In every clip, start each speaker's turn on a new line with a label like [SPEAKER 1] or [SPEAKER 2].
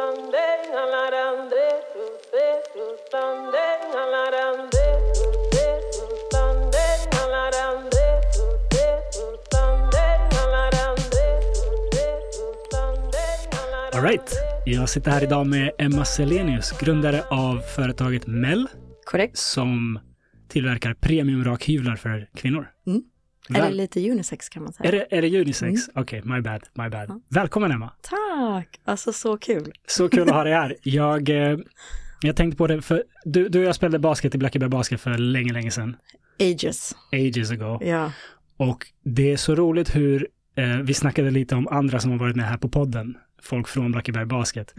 [SPEAKER 1] All right. Jag sitter här idag med Emma Selenius, grundare av företaget Mell.
[SPEAKER 2] Korrekt.
[SPEAKER 1] Som tillverkar premiumrakhyvlar för kvinnor.
[SPEAKER 2] Mm. Eller lite unisex kan man säga.
[SPEAKER 1] Är det unisex? Okej, my bad. Ja. Välkommen Emma.
[SPEAKER 2] Tack, alltså så kul.
[SPEAKER 1] Så kul att ha dig här. Jag tänkte på det, för du och jag spelade basket i Blackeberg Basket för länge sedan. Ages ago.
[SPEAKER 2] Ja.
[SPEAKER 1] Och det är så roligt hur, vi snackade lite om andra som har varit med här på podden. Folk från Blackeberg Basket.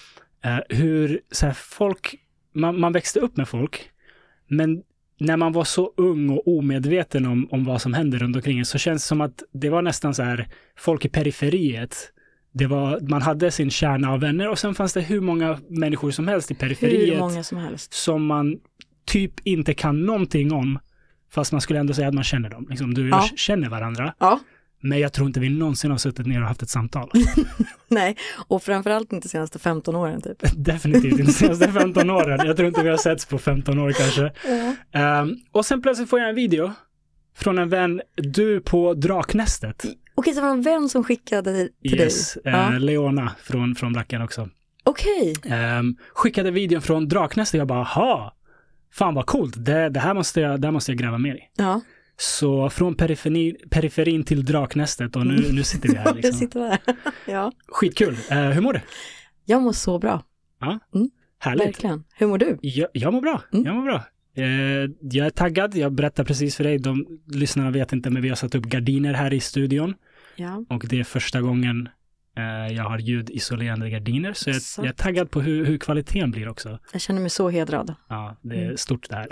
[SPEAKER 1] Hur så här, folk, man växte upp med folk, men när man var så ung och omedveten om vad som händer runt omkring så känns det som att det var nästan så här folk i periferiet. Man hade sin kärna av vänner och sen fanns det hur många människor som helst i periferiet.
[SPEAKER 2] Hur många som helst. Som
[SPEAKER 1] man typ inte kan någonting om, fast man skulle ändå säga att man känner dem. Liksom, du och jag känner varandra. Ja. Men jag tror inte vi någonsin har suttit ner och haft ett samtal.
[SPEAKER 2] Nej, och framförallt inte de senaste 15 åren typ.
[SPEAKER 1] Definitivt inte de senaste 15 åren. Jag tror inte vi har setts på 15 år kanske. Och sen plötsligt får jag en video från en vän, du på Draknästet.
[SPEAKER 2] Okej, så var det en vän som skickade till dig?
[SPEAKER 1] Leona från Blacken också.
[SPEAKER 2] Okej.
[SPEAKER 1] Skickade videon från Draknästet och jag bara, fan vad coolt. Det här måste jag gräva mer i. Ja. Så från periferin till Draknästet och nu sitter vi här. Liksom.
[SPEAKER 2] Jag sitter här. Ja.
[SPEAKER 1] Skitkul. Hur mår du?
[SPEAKER 2] Jag mår så bra.
[SPEAKER 1] Ja, härligt.
[SPEAKER 2] Verkligen. Hur mår du?
[SPEAKER 1] Jag mår bra. Jag är taggad. Jag berättar precis för dig. Lyssnarna vet inte, men vi har satt upp gardiner här i studion. Ja. Och det är första gången jag har ljudisolerande gardiner. Så jag är taggad på hur kvaliteten blir också.
[SPEAKER 2] Jag känner mig så hedrad.
[SPEAKER 1] Ja, det är stort det här.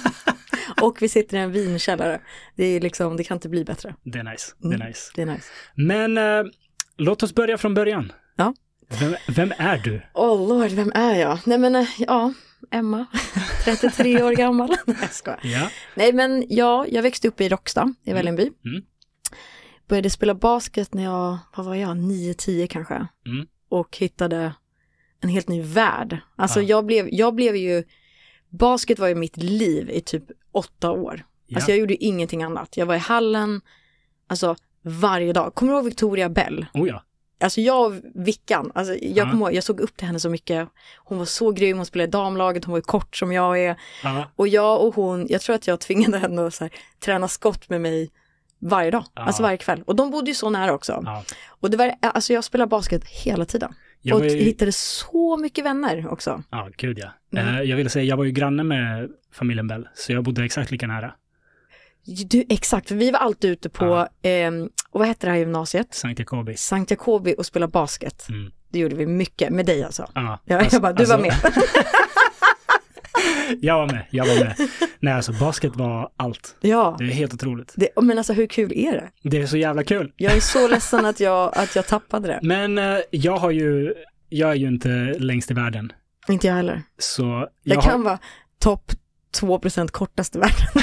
[SPEAKER 2] Och vi sitter i en vinkällare. Det är liksom, det kan inte bli bättre.
[SPEAKER 1] Det är nice.
[SPEAKER 2] Det är nice.
[SPEAKER 1] Men låt oss börja från början.
[SPEAKER 2] Ja.
[SPEAKER 1] Vem är du?
[SPEAKER 2] Lord, vem är jag? Nej men, Emma. 33 år gammal. Nej, jag skojar. Ja. Nej men, jag växte upp i Råcksta i Vällingby. Började spela basket när jag, 9-10 kanske. Och hittade en helt ny värld. Alltså jag blev ju, basket var ju mitt liv i typ 8 år. Ja. Alltså jag gjorde ingenting annat. Jag var i hallen, alltså varje dag. Kommer du ihåg Victoria Bell?
[SPEAKER 1] Oh ja.
[SPEAKER 2] Alltså jag och Vickan, alltså jag kommer ihåg, jag såg upp till henne så mycket. Hon var så grym, hon spelade i damlaget, hon var kort som jag är. Och jag och hon, jag tror att jag tvingade henne att så här, träna skott med mig varje dag, alltså varje kväll. Och de bodde ju så nära också. Och det var, alltså jag spelade basket hela tiden. Och hittade så mycket vänner också.
[SPEAKER 1] Ja, gud ja. Jag ville säga, jag var ju granne med familjen Bell, så jag bodde exakt lika nära.
[SPEAKER 2] Exakt, för vi var alltid ute på, och vad heter det här gymnasiet?
[SPEAKER 1] Sankt
[SPEAKER 2] Jacobi och spela basket. Det gjorde vi mycket, med dig alltså.
[SPEAKER 1] Jag
[SPEAKER 2] bara, du var med.
[SPEAKER 1] Jag var med. Nej, alltså basket var allt. Ja. Det är helt otroligt.
[SPEAKER 2] Men alltså hur kul är det?
[SPEAKER 1] Det är så jävla kul.
[SPEAKER 2] Jag är så ledsen att jag tappade det.
[SPEAKER 1] Men jag är ju inte längst i världen.
[SPEAKER 2] Inte jag heller.
[SPEAKER 1] Så
[SPEAKER 2] jag kan vara topp 2% kortaste världen.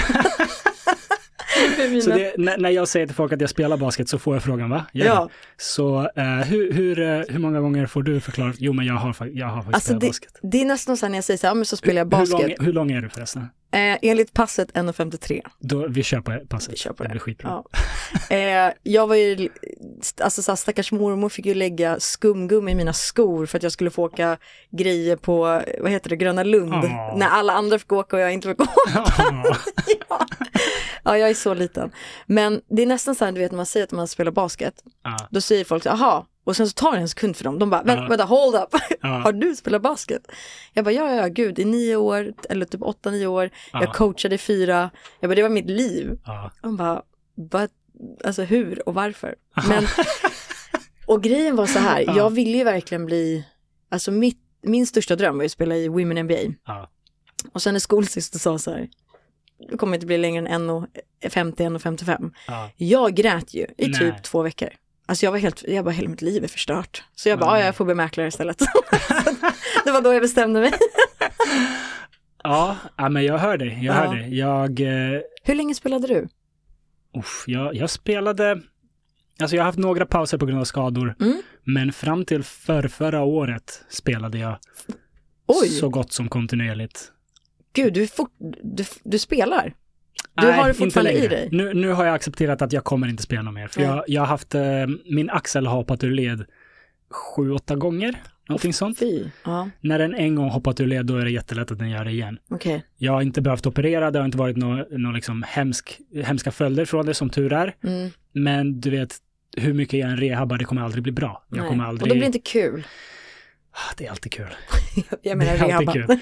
[SPEAKER 1] Så när jag säger till folk att jag spelar basket så får jag frågan, va? Ja. Så hur många gånger får du förklara? Jo, men jag har faktiskt spelat basket.
[SPEAKER 2] Det är nästan så när jag säger så här, men så spelar jag basket.
[SPEAKER 1] Hur lång är du förresten?
[SPEAKER 2] Enligt passet 1,53.
[SPEAKER 1] Vi kör på passet. Det blir skitbra.
[SPEAKER 2] Ja. Jag var ju, alltså så här, stackars mormor fick ju lägga skumgum i mina skor för att jag skulle få åka grejer på, vad heter det, Gröna Lund. När alla andra fick åka och jag inte fick åka. Ja, jag är så liten. Men det är nästan så här, du vet, när man säger att man spelar basket. Då säger folk så, aha. Och sen så tar det en sekund för dem. De bara, vänta, hold up. Har du spelat basket? Jag bara, ja, gud, i 9 år, eller typ 8-9 år. Jag coachade i 4. Jag bara, det var mitt liv. De bara, alltså hur och varför? Men, och grejen var så här, jag ville ju verkligen bli, alltså min största dröm var ju att spela i Women NBA. Och sen när skolsyster sa så här, du kommer inte bli längre än 1,50, 1,55. Jag grät ju i typ 2 veckor. Alltså jag bara, hela mitt liv är förstört. Så jag bara, jag får bli mäklare istället. Det var då jag bestämde mig.
[SPEAKER 1] Ja, men jag hör dig.
[SPEAKER 2] Hur länge spelade du?
[SPEAKER 1] Jag spelade Alltså jag har haft några pauser på grund av skador. Men fram till förra året spelade jag så gott som kontinuerligt.
[SPEAKER 2] Gud, du spelar? Du har det fortfarande i dig?
[SPEAKER 1] Nu har jag accepterat att jag kommer inte spela något mer. För jag har haft, min axel har hoppat ur led 7-8 gånger. Någonting sånt. När den en gång hoppat ur led, då är det jättelätt att den gör det igen. Jag har inte behövt operera, det har inte varit någon liksom hemska följder från det, som tur är. Men du vet, hur mycket jag än rehabbar, det kommer aldrig bli bra. Jag kommer aldrig...
[SPEAKER 2] Och det blir inte kul.
[SPEAKER 1] Det är alltid kul.
[SPEAKER 2] Jag menar rehabba.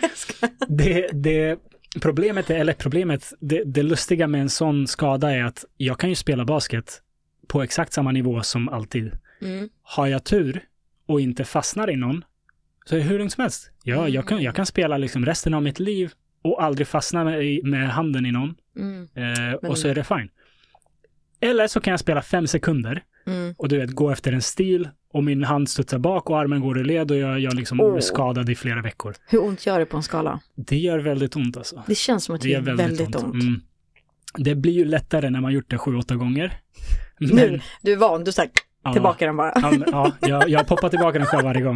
[SPEAKER 1] Det lustiga med en sån skada är att jag kan ju spela basket på exakt samma nivå som alltid. Har jag tur och inte fastnar i någon, så är det hur långt som helst. Jag kan spela liksom resten av mitt liv och aldrig fastna med handen i någon. Och så är det fine. Eller så kan jag spela 5 sekunder och du vet, gå efter en stil och min hand studsar bak och armen går i led och jag liksom skadad i flera veckor.
[SPEAKER 2] Hur ont gör det på en skala?
[SPEAKER 1] Det gör väldigt ont alltså.
[SPEAKER 2] Det känns som att det gör väldigt ont.
[SPEAKER 1] Det blir ju lättare när man gjort det 7-8 gånger. Men...
[SPEAKER 2] Nu, du är van, du sagt tillbaka den bara.
[SPEAKER 1] Jag poppar tillbaka den själv varje gång.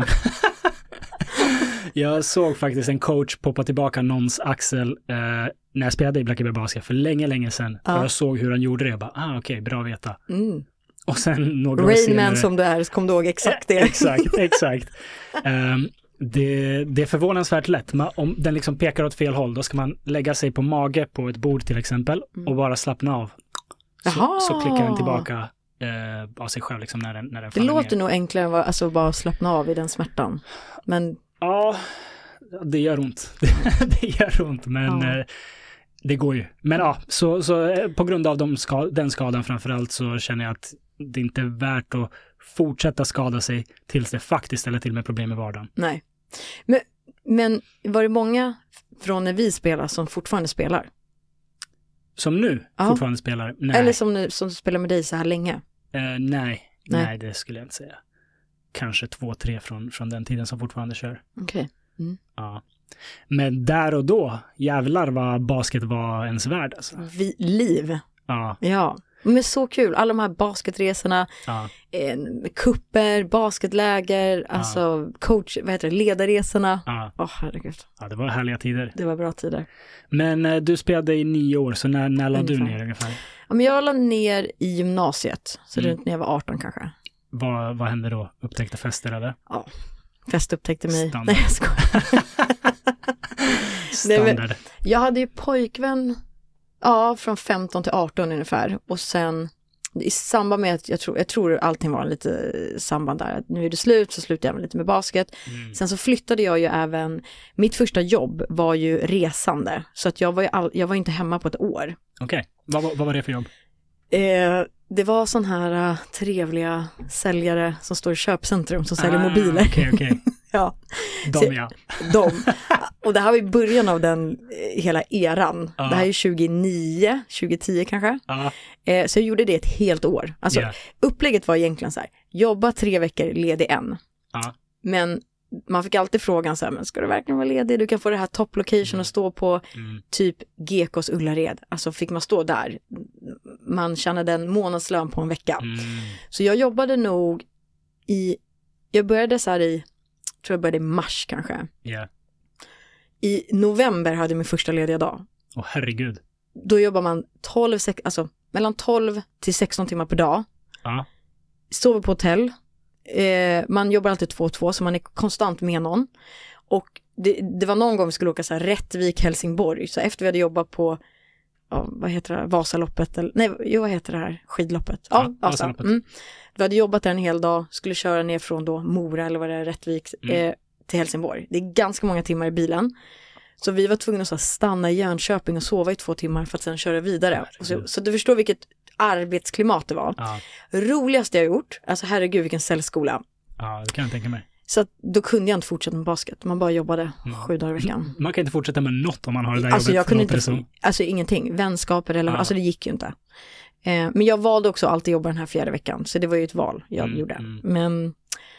[SPEAKER 1] Jag såg faktiskt en coach poppa tillbaka någons axel när jag spelade i Blackeberg Basket för länge sedan. Och jag såg hur han gjorde det. Jag bara, okej, bra att veta. Och sen några
[SPEAKER 2] Rainman som du är, så kom du ihåg exakt det.
[SPEAKER 1] Exakt. Det är förvånansvärt lätt. Om den liksom pekar åt fel håll, då ska man lägga sig på mage på ett bord till exempel och bara slappna av. Så klickar den tillbaka av sig själv liksom när den faller ner.
[SPEAKER 2] Det låter nog enklare än alltså bara slappna av i den smärtan. Men...
[SPEAKER 1] Ja, det gör ont. Det gör ont, men det går ju. Men så på grund av den skadan framförallt, så känner jag att det inte är värt att fortsätta skada sig tills det faktiskt ställer till med problem i vardagen. Nej.
[SPEAKER 2] Men var det många från när vi spelar som fortfarande spelar?
[SPEAKER 1] Som nu fortfarande spelar? Nej.
[SPEAKER 2] Eller som spelar med dig så här länge?
[SPEAKER 1] Nej, det skulle jag inte säga. Kanske 2-3 från den tiden som fortfarande kör.
[SPEAKER 2] Okej.
[SPEAKER 1] Ja. Men där och då, jävlar vad basket var ens värld alltså.
[SPEAKER 2] Liv. Ja. Men så kul, alla de här basketresorna, kupper, basketläger, alltså ledarresorna. Herregud.
[SPEAKER 1] Ja, det var härliga tider.
[SPEAKER 2] Det var bra tider.
[SPEAKER 1] Men du spelade i 9 år, så när lade du ner ungefär?
[SPEAKER 2] Ja, men jag lade ner i gymnasiet, så runt när jag var 18 kanske.
[SPEAKER 1] Vad hände då? Upptäckte fester eller?
[SPEAKER 2] Ja, fest upptäckte mig.
[SPEAKER 1] Standard.
[SPEAKER 2] Nej, jag skojar.
[SPEAKER 1] Standard.
[SPEAKER 2] Jag hade ju pojkvän från 15 till 18 ungefär. Och sen i samband med att jag tror allting var lite samband där. Nu är det slut, så slutade jag lite med basket. Sen så flyttade jag ju även, mitt första jobb var ju resande. Så att jag var inte hemma på ett år.
[SPEAKER 1] Okej. Vad var det för jobb?
[SPEAKER 2] Det var sån här trevliga säljare som står i köpcentrum som säljer mobiler.
[SPEAKER 1] Okej.
[SPEAKER 2] Ja.
[SPEAKER 1] De.
[SPEAKER 2] Och det här var i början av den hela eran. Det här är 2010 kanske. Så jag gjorde det ett helt år. Alltså upplägget var egentligen så här: jobba 3 veckor, ledig 1. Men man fick alltid frågan så här, men ska du verkligen vara ledig? Du kan få det här top location och stå på typ GKs Ullared. Alltså fick man stå där. Man tjänade en månadslön på en vecka. Så jag jobbade nog jag började så här tror jag började i mars kanske. I november hade jag min första lediga dag.
[SPEAKER 1] Herregud.
[SPEAKER 2] Då jobbar man mellan 12 till 16 timmar per dag. Sover på hotell. Man jobbar alltid 2-2, så man är konstant med någon. Och det var någon gång vi skulle åka så här Rättvik, Helsingborg. Så efter vi hade jobbat på vad heter det? Vasaloppet. Vad heter det här? Skidloppet. Vasaloppet. Vi hade jobbat där en hel dag. Skulle köra ner från då Mora eller vad det är, Rättvik till Helsingborg. Det är ganska många timmar i bilen. Så vi var tvungna att stanna i Jönköping och sova i 2 timmar för att sen köra vidare. Så du förstår vilket arbetsklimat det var. Roligaste jag gjort. Alltså herregud, vilken säljskola.
[SPEAKER 1] Ja, det kan jag tänka mig.
[SPEAKER 2] Så att då kunde jag inte fortsätta med basket. Man bara jobbade 7 dagar i veckan.
[SPEAKER 1] Man kan inte fortsätta med något om man har det där
[SPEAKER 2] alltså,
[SPEAKER 1] jobbet.
[SPEAKER 2] Jag kunde inte, alltså ingenting. Vänskaper eller alltså det gick ju inte. Men jag valde också alltid jobba den här 4:e veckan. Så det var ju ett val jag gjorde. Men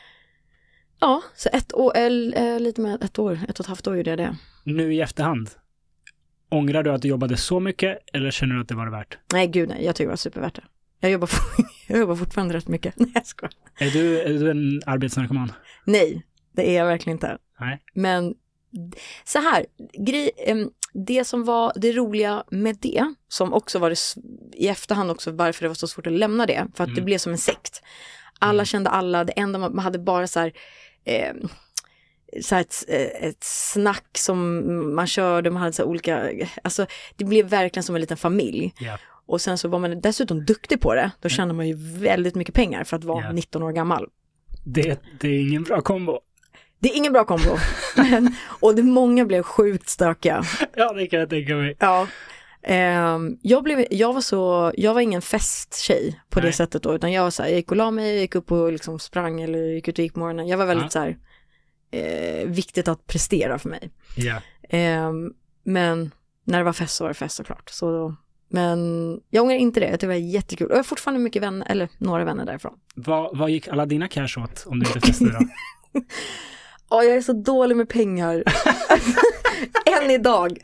[SPEAKER 2] så 1 år, lite med 1 år, 1,5 år gjorde jag det.
[SPEAKER 1] Nu i efterhand, ångrar du att du jobbade så mycket eller känner du att det var det värt?
[SPEAKER 2] Nej, gud nej. Jag tycker det var supervärt det. Jag jobbar fortfarande rätt mycket. Nej, jag skojar.
[SPEAKER 1] Är du en arbetsnarkoman?
[SPEAKER 2] Nej, det är jag verkligen inte.
[SPEAKER 1] Nej.
[SPEAKER 2] Men så här, det som var det roliga med det, som också var det i efterhand också varför det var så svårt att lämna det, för att det blev som en sekt. Alla kände alla, det enda man hade bara så här ett snack som man körde, man hade så olika, alltså det blev verkligen som en liten familj.
[SPEAKER 1] Yeah.
[SPEAKER 2] Och sen så var man dessutom duktig på det, då tjänade man ju väldigt mycket pengar för att vara 19 år gammal.
[SPEAKER 1] Det är ingen bra kombo.
[SPEAKER 2] Det är ingen bra kombo. Och många blev sjukt stökiga.
[SPEAKER 1] Ja, det kan jag tänka mig.
[SPEAKER 2] Ja. Jag var ingen festtjej på det sättet då, utan jag var så här, jag gick och la mig, jag gick upp och liksom sprang eller gick ut och gick på morgonen. Jag var väldigt så här viktigt att prestera för mig.
[SPEAKER 1] Yeah.
[SPEAKER 2] Men när det var fest så var det fest såklart. Men jag ångrar inte det. Det var jättekul. Och jag har fortfarande mycket vänner, eller några vänner därifrån.
[SPEAKER 1] Vad gick alla dina cash åt om du inte festade då?
[SPEAKER 2] Jag är så dålig med pengar. Än idag.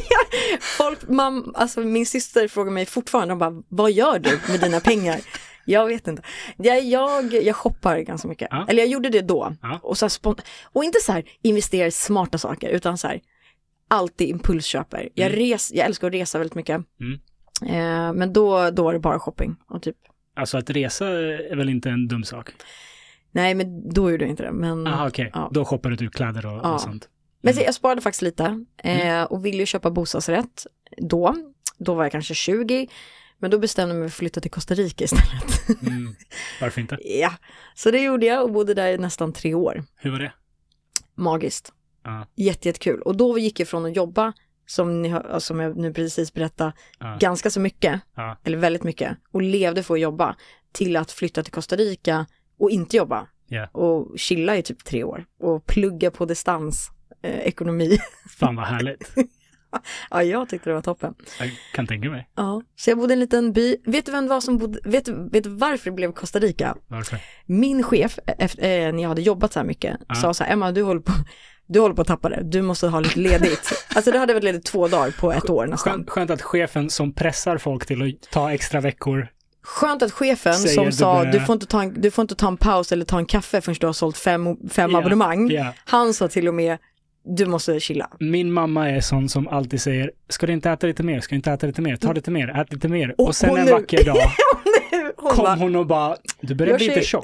[SPEAKER 2] Alltså min syster frågar mig fortfarande, de bara, vad gör du med dina pengar? Jag vet inte. Jag shoppar ganska mycket. Ja. Eller jag gjorde det då. Ja. Och, så här och inte så här investera i smarta saker, utan så här alltid impulsköper. Jag älskar att resa väldigt mycket. Men då är det bara shopping. Och typ.
[SPEAKER 1] Alltså att resa är väl inte en dum sak?
[SPEAKER 2] Nej, men då gjorde jag inte det. Men,
[SPEAKER 1] okej. Ja. Då shoppar du typ kläder och sånt.
[SPEAKER 2] Men jag sparade faktiskt lite. Och ville ju köpa bostadsrätt då. Då var jag kanske 20. Men då bestämde jag mig för att flytta till Costa Rica istället.
[SPEAKER 1] Varför inte?
[SPEAKER 2] Ja, så det gjorde jag och bodde där i nästan 3 år.
[SPEAKER 1] Hur var det?
[SPEAKER 2] Magiskt. Jättekul. Och då gick jag från att jobba, som jag nu precis berättade, ganska så mycket. Eller väldigt mycket. Och levde för att jobba. Till att flytta till Costa Rica och inte jobba.
[SPEAKER 1] Yeah.
[SPEAKER 2] Och chilla i typ 3 år. Och plugga på distans ekonomi.
[SPEAKER 1] Fan vad härligt.
[SPEAKER 2] Ja, jag tyckte det var toppen.
[SPEAKER 1] Jag kan tänka mig.
[SPEAKER 2] Ja, så jag bodde i en liten by. Vet du vem det var som bodde? Vet du varför det blev Costa Rica?
[SPEAKER 1] Varför?
[SPEAKER 2] Min chef, när jag hade jobbat så här mycket, sa så här, Emma, du håller på att tappa det. Du måste ha lite ledigt. Alltså det hade varit ledigt 2 dagar på 1 år nästan.
[SPEAKER 1] Skönt att chefen som pressar folk till att ta extra veckor.
[SPEAKER 2] Skönt att chefen som sa, du får inte ta en paus eller ta en kaffe förrän du har sålt 5 abonnemang. Yeah. Han sa till och med, du måste chilla.
[SPEAKER 1] Min mamma är sån som alltid säger, ska du inte äta lite mer? Ska du inte äta lite mer? Ta lite mer, ät lite mer. Och sen en vacker dag kom hon och bara, du börjar bli lite tjock.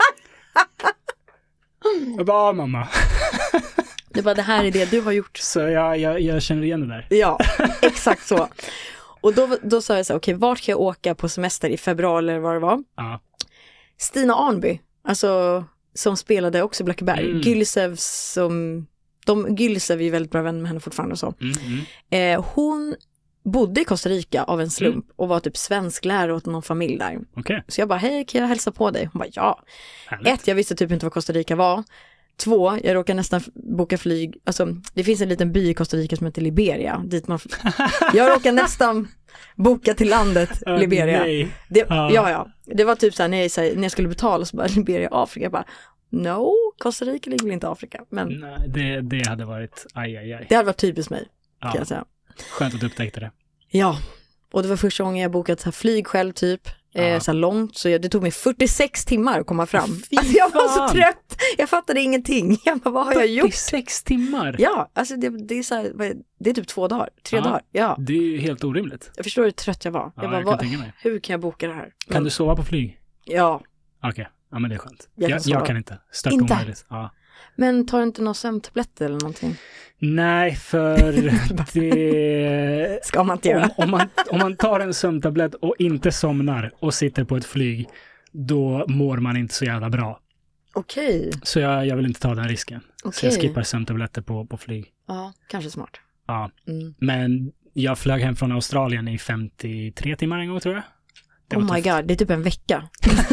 [SPEAKER 1] Jag bara, mamma.
[SPEAKER 2] Det bara, det här är det du har gjort.
[SPEAKER 1] Så jag känner igen det där.
[SPEAKER 2] Ja, exakt så. Och då sa jag så här, okej, vart kan jag åka på semester i februari eller vad det var? Stina Arnby, alltså som spelade också Blackeberg. Gylsev Gylsev är ju väldigt bra vän med henne fortfarande och så. Hon bodde i Costa Rica av en slump och var typ svensklärare åt någon familj där.
[SPEAKER 1] Okay.
[SPEAKER 2] Så jag bara, hej, kan jag hälsa på dig? Hon bara, ja. Härligt. 1, jag visste typ inte vad Costa Rica var. 2, jag råkade nästan boka flyg. Alltså, det finns en liten by i Costa Rica som heter Liberia. Jag råkade nästan boka till landet Liberia. Det var typ så här, när jag skulle betala så bara, Liberia, Afrika. Jag bara, no, Costa Rica ligger väl inte i Afrika. Men
[SPEAKER 1] nej, det hade varit aj.
[SPEAKER 2] Det hade varit typiskt mig, kan jag säga.
[SPEAKER 1] Skönt att du upptäckte det.
[SPEAKER 2] Ja, och det var första gången jag bokat så här flyg själv typ. Så här långt, så det tog mig 46 timmar att komma fram. Alltså jag var så trött. Jag fattade ingenting. Jag bara, vad har jag gjort?
[SPEAKER 1] 46 timmar?
[SPEAKER 2] Ja, alltså det är så här, det är typ 2 dagar, 3 dagar. Ja.
[SPEAKER 1] Det är ju helt orimligt.
[SPEAKER 2] Jag förstår hur trött jag var. Jag bara, hur kan jag boka det här?
[SPEAKER 1] Kan du sova på flyg?
[SPEAKER 2] Ja.
[SPEAKER 1] Okej, ja men det är skönt. Jag kan inte. Stört omöjligt. Ja.
[SPEAKER 2] Men tar du inte någon sömntabletter eller någonting?
[SPEAKER 1] Nej, för det
[SPEAKER 2] ska man inte göra.
[SPEAKER 1] Om man tar en sömntablett och inte somnar och sitter på ett flyg, då mår man inte så jävla bra.
[SPEAKER 2] Okej.
[SPEAKER 1] Så jag vill inte ta den risken. Så jag skippar sömntabletter på flyg.
[SPEAKER 2] Ja, kanske smart.
[SPEAKER 1] Ja, men jag flög hem från Australien i 53 timmar en gång, tror jag.
[SPEAKER 2] Oh my god, det är typ en vecka.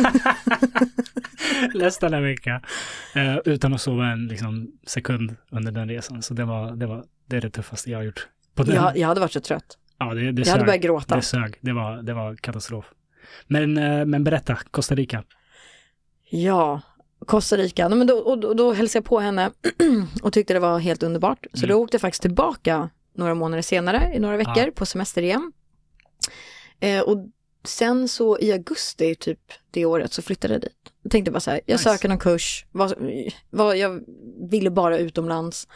[SPEAKER 1] Nästan en vecka. Utan att sova en sekund under den resan. Så det är det tuffaste jag har gjort.
[SPEAKER 2] Jag hade varit så trött.
[SPEAKER 1] Ja, det
[SPEAKER 2] jag hade börjat gråta.
[SPEAKER 1] Det sög. Det var katastrof. Men berätta, Costa Rica.
[SPEAKER 2] Ja, Costa Rica. Men då hälsade jag på henne och tyckte det var helt underbart. Så då åkte jag faktiskt tillbaka några månader senare, i några veckor, på semester igen. Och sen så i augusti typ det året så flyttade jag dit. Jag tänkte bara så här, jag söker någon kurs. Jag ville bara utomlands.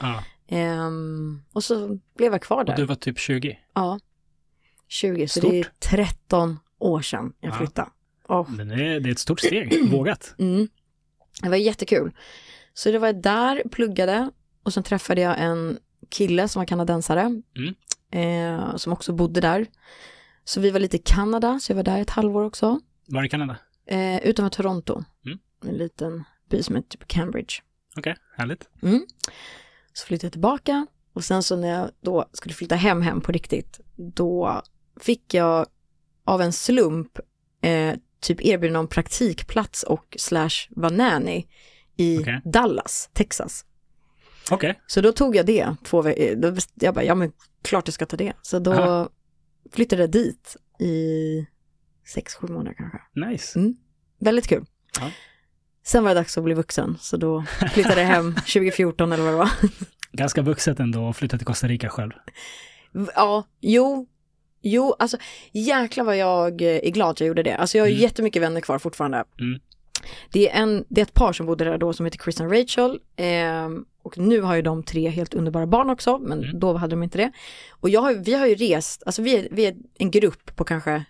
[SPEAKER 2] Och så blev jag kvar där.
[SPEAKER 1] Och du var typ 20?
[SPEAKER 2] Ja, 20.
[SPEAKER 1] Stort.
[SPEAKER 2] Så det är 13 år sedan jag flyttade.
[SPEAKER 1] Men det är ett stort steg, vågat.
[SPEAKER 2] Det var jättekul. Så det var där, pluggade. Och sen träffade jag en kille som var kanadensare. Som också bodde där. Så vi var lite i Kanada, så jag var där ett halvår också.
[SPEAKER 1] Var i Kanada?
[SPEAKER 2] Utanför Toronto. En liten by som heter typ Cambridge.
[SPEAKER 1] Okej, härligt.
[SPEAKER 2] Så flyttade jag tillbaka. Och sen så när jag då skulle flytta hem på riktigt, då fick jag av en slump typ erbjudande om praktikplats och / var nanny i Dallas, Texas. Så då tog jag det 2 veckor. Jag bara, ja men klart jag ska ta det. Så då flyttade jag dit i 6-7 månader kanske.
[SPEAKER 1] Nice.
[SPEAKER 2] Väldigt kul. Sen var det dags att bli vuxen. Så då flyttade jag hem 2014 eller vad det var.
[SPEAKER 1] Ganska vuxet ändå att flytta till Costa Rica själv.
[SPEAKER 2] Ja, jo, alltså jäklar vad jag är glad att jag gjorde det. Alltså jag har jättemycket vänner kvar fortfarande. Det är ett par som bodde där då som heter Chris och Rachel. Och nu har ju de 3 helt underbara barn också, men då hade de inte det. Och vi har ju rest, alltså vi är en grupp på kanske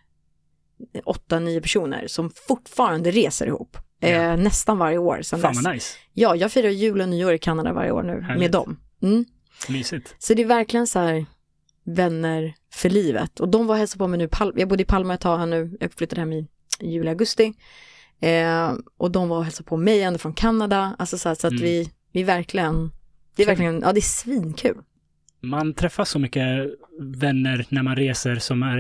[SPEAKER 2] 8-9 personer som fortfarande reser ihop. Nästan varje år. Fan
[SPEAKER 1] vad nice.
[SPEAKER 2] Ja, jag firar jul och nyår i Kanada varje år nu. Härligt. Med dem.
[SPEAKER 1] Mysigt.
[SPEAKER 2] Så det är verkligen så här vänner för livet. Och de var hälsa på mig nu. Jag bodde i Palma ett tag här nu. Jag flyttade hem i juli, augusti. Och de var hälsa på mig ända från Kanada. Alltså så att vi verkligen, det är verkligen, ja det är svinkul.
[SPEAKER 1] Man träffar så mycket vänner när man reser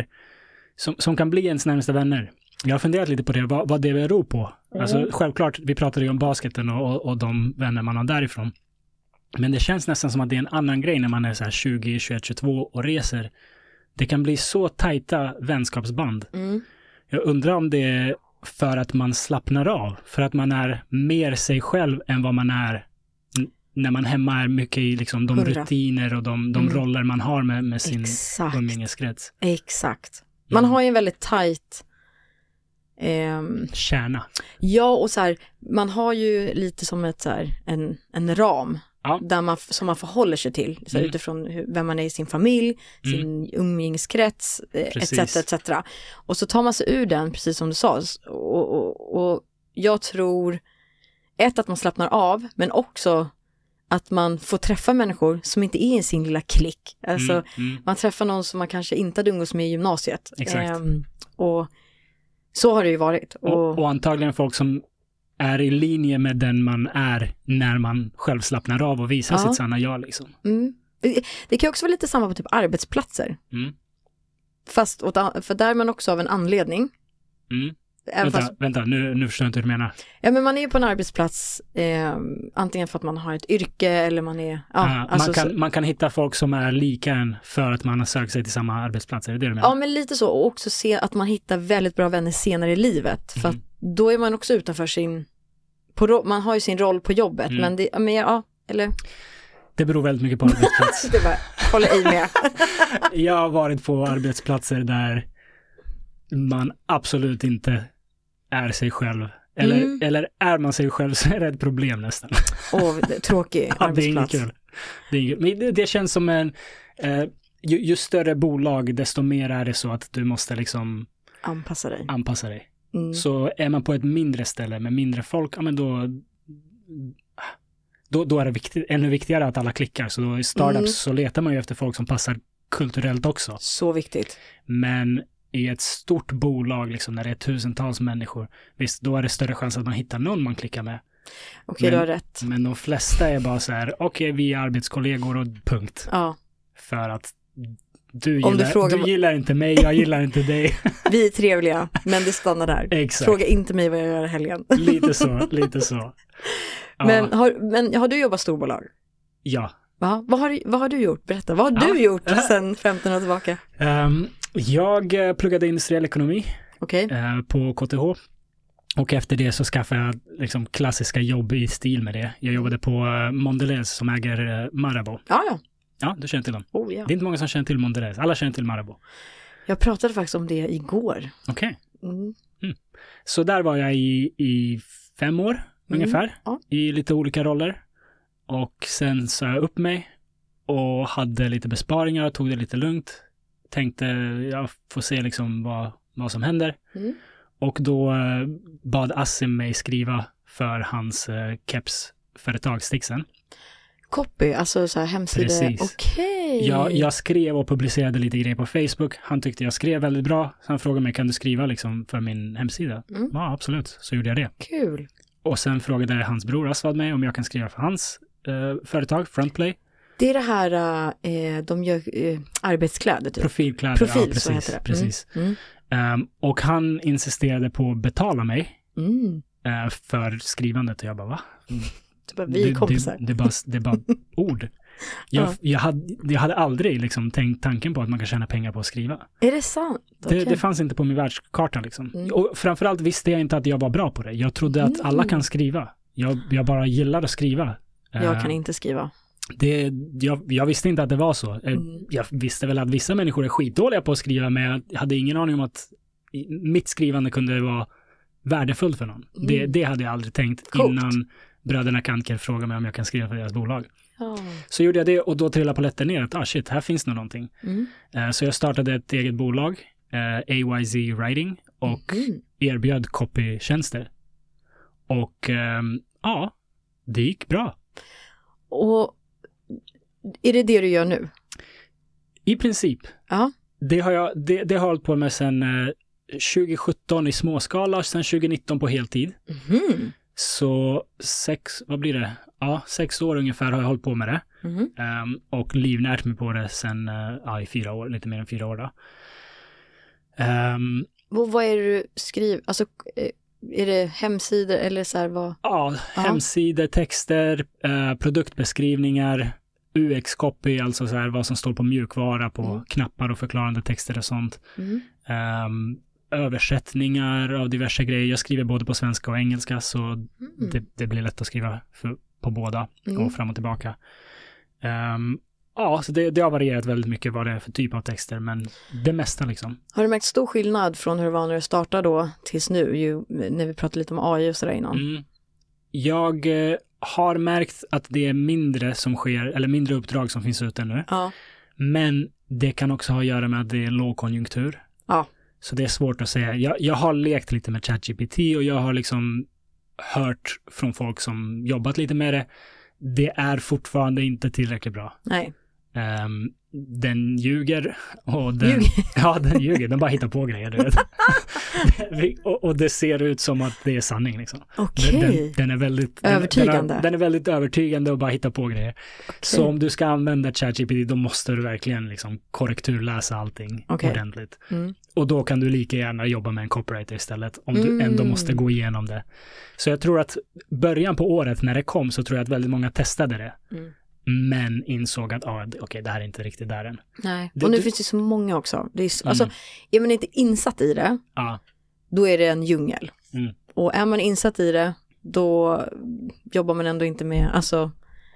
[SPEAKER 1] som kan bli ens närmaste vänner. Jag har funderat lite på det, vad det beror på. Alltså självklart, vi pratade ju om basketen och de vänner man har därifrån. Men det känns nästan som att det är en annan grej när man är så här 20, 21, 22 och reser. Det kan bli så tajta vänskapsband. Jag undrar om det är för att man slappnar av. För att man är mer sig själv än vad man är när man hemma är mycket i liksom de 100. Rutiner och de roller man har med sin umgängeskrets.
[SPEAKER 2] Exakt. Man har ju en väldigt tajt
[SPEAKER 1] kärna.
[SPEAKER 2] Ja, och så här, man har ju lite som ett så här, en ram där som man förhåller sig till så här, utifrån vem man är i sin familj, sin umgängeskrets, etc. Och så tar man sig ur den, precis som du sa. Och jag tror att man slappnar av, men också att man får träffa människor som inte är i sin lilla klick. Alltså, man träffar någon som man kanske inte hade umgås med i gymnasiet.
[SPEAKER 1] Exakt.
[SPEAKER 2] Och så har det ju varit.
[SPEAKER 1] Och antagligen folk som är i linje med den man är när man själv slappnar av och visar sitt sanna jag liksom.
[SPEAKER 2] Det kan också vara lite samma på typ arbetsplatser. Fast för där är man också av en anledning.
[SPEAKER 1] Vänta, nu förstår jag inte hur du menar.
[SPEAKER 2] Ja, men man är ju på en arbetsplats antingen för att man har ett yrke eller man är...
[SPEAKER 1] man kan hitta folk som är lika en för att man har sökt sig till samma arbetsplats, är det du menar?
[SPEAKER 2] Ja, men lite så. Och också se att man hittar väldigt bra vänner senare i livet. För att då är man också utanför man har ju sin roll på jobbet. Men eller...
[SPEAKER 1] Det beror väldigt mycket på arbetsplats.
[SPEAKER 2] Det håller ej med.
[SPEAKER 1] Jag har varit på arbetsplatser där man absolut inte är sig själv. Eller är man sig själv så är det ett problem nästan.
[SPEAKER 2] Tråkig arbetsplats.
[SPEAKER 1] Det är inget kul. Men det känns som en... ju större bolag, desto mer är det så att du måste liksom... Anpassa dig. Så är man på ett mindre ställe med mindre folk, ja men då är det ännu viktigare att alla klickar. Så då i startups så letar man ju efter folk som passar kulturellt också.
[SPEAKER 2] Så viktigt.
[SPEAKER 1] Men i ett stort bolag liksom, när det är tusentals människor, visst, då är det större chans att man hittar någon man klickar med.
[SPEAKER 2] Okej, du har rätt.
[SPEAKER 1] Men de flesta är bara så här, okej, vi är arbetskollegor och punkt.
[SPEAKER 2] Ja.
[SPEAKER 1] För att du gillar inte mig, jag gillar inte dig.
[SPEAKER 2] Vi är trevliga, men det stannar där.
[SPEAKER 1] Exakt.
[SPEAKER 2] Fråga inte mig vad jag gör i helgen.
[SPEAKER 1] Lite så. Ja.
[SPEAKER 2] Men har du jobbat storbolag?
[SPEAKER 1] Ja.
[SPEAKER 2] Va? Vad har du gjort? Berätta, vad har du gjort sedan 15 år tillbaka?
[SPEAKER 1] Jag pluggade industriell ekonomi på KTH. Och efter det så skaffade jag liksom klassiska jobb i stil med det. Jag jobbade på Mondelez som äger Marabou. Ja, du känner till dem.
[SPEAKER 2] Oh, ja.
[SPEAKER 1] Det är inte många som känner till Mondelez. Alla känner till Marabou.
[SPEAKER 2] Jag pratade faktiskt om det igår.
[SPEAKER 1] Okej. Så där var jag i 5 år ungefär, i lite olika roller. Och sen sa jag upp mig och hade lite besparingar och tog det lite lugnt. Tänkte jag får se liksom vad som händer. Och då bad Assim mig skriva för hans kepsföretag Stixen.
[SPEAKER 2] Copy, alltså så här hemsida.
[SPEAKER 1] Precis.
[SPEAKER 2] Okej.
[SPEAKER 1] Jag skrev och publicerade lite grejer på Facebook. Han tyckte jag skrev väldigt bra. Så han frågade mig, kan du skriva liksom för min hemsida? Ja, absolut. Så gjorde jag det.
[SPEAKER 2] Kul.
[SPEAKER 1] Och sen frågade hans bror Aswad mig om jag kan skriva för hans företag, Frontplay.
[SPEAKER 2] Det är det här, de gör arbetskläder typ.
[SPEAKER 1] Profilkläder, ja, precis.
[SPEAKER 2] Så heter det.
[SPEAKER 1] Precis. Och han insisterade på att betala mig för skrivandet. Och jag bara, va?
[SPEAKER 2] Vi är kompisar.
[SPEAKER 1] Det är bara ord. Jag hade aldrig liksom tänkt tanken på att man kan tjäna pengar på att skriva.
[SPEAKER 2] Är det sant? Okay.
[SPEAKER 1] Det fanns inte på min världskarta liksom. Och framförallt visste jag inte att jag var bra på det. Jag trodde att alla kan skriva. Jag bara gillar att skriva.
[SPEAKER 2] Jag kan inte skriva.
[SPEAKER 1] Jag visste inte att det var så. Jag visste väl att vissa människor är skitdåliga på att skriva, men jag hade ingen aning om att mitt skrivande kunde vara värdefullt för någon. Det hade jag aldrig tänkt innan bröderna Kanker frågade mig om jag kan skriva för deras bolag. Så gjorde jag det och då trillade paletten ner att shit, här finns det någonting. Så jag startade ett eget bolag, AYZ Writing, och erbjöd copytjänster. Och det gick bra.
[SPEAKER 2] Och är det du gör nu?
[SPEAKER 1] I princip.
[SPEAKER 2] Ja.
[SPEAKER 1] Det har jag hållit på med sedan 2017 i småskala, sedan 2019 på heltid. Så 6 år ungefär har jag hållit på med det. Och livnärt mig på det sedan i 4 år, lite mer än 4 år då.
[SPEAKER 2] Vad är det du skriver? Alltså, är det hemsidor eller så här vad?
[SPEAKER 1] Ja, hemsidor, texter, produktbeskrivningar, UX-copy, alltså så här vad som står på mjukvara, på knappar och förklarande texter och sånt. Översättningar av diverse grejer. Jag skriver både på svenska och engelska, så det blir lätt att skriva på båda och fram och tillbaka. Så det har varierat väldigt mycket vad det är för typ av texter, men det mesta liksom.
[SPEAKER 2] Har du märkt stor skillnad från hur det var när du startade då tills nu, när vi pratade lite om AI och sådär innan?
[SPEAKER 1] Jag har märkt att det är mindre som sker, eller mindre uppdrag som finns ute nu. Men det kan också ha att göra med att det är lågkonjunktur. Så det är svårt att säga. Jag har lekt lite med ChatGPT och jag har liksom hört från folk som jobbat lite med det. Det är fortfarande inte tillräckligt bra.
[SPEAKER 2] Nej.
[SPEAKER 1] Den ljuger och den ljuger. Den bara hittar på grejer, du vet. och det ser ut som att det är sanning liksom. Den är väldigt övertygande. Den är väldigt övertygande och bara hittar på grejer. Så om du ska använda ChatGPT, då måste du verkligen liksom korrekturläsa allting ordentligt. Och då kan du lika gärna jobba med en copywriter istället, om du ändå måste gå igenom det. Så jag tror att början på året när det kom, så tror jag att väldigt många testade det. Men insåg att det här är inte riktigt där än.
[SPEAKER 2] Nej, och nu finns det så många också. Det är, alltså, är man inte insatt i det, då är det en djungel. Och är man insatt i det, då jobbar man ändå inte med, alltså,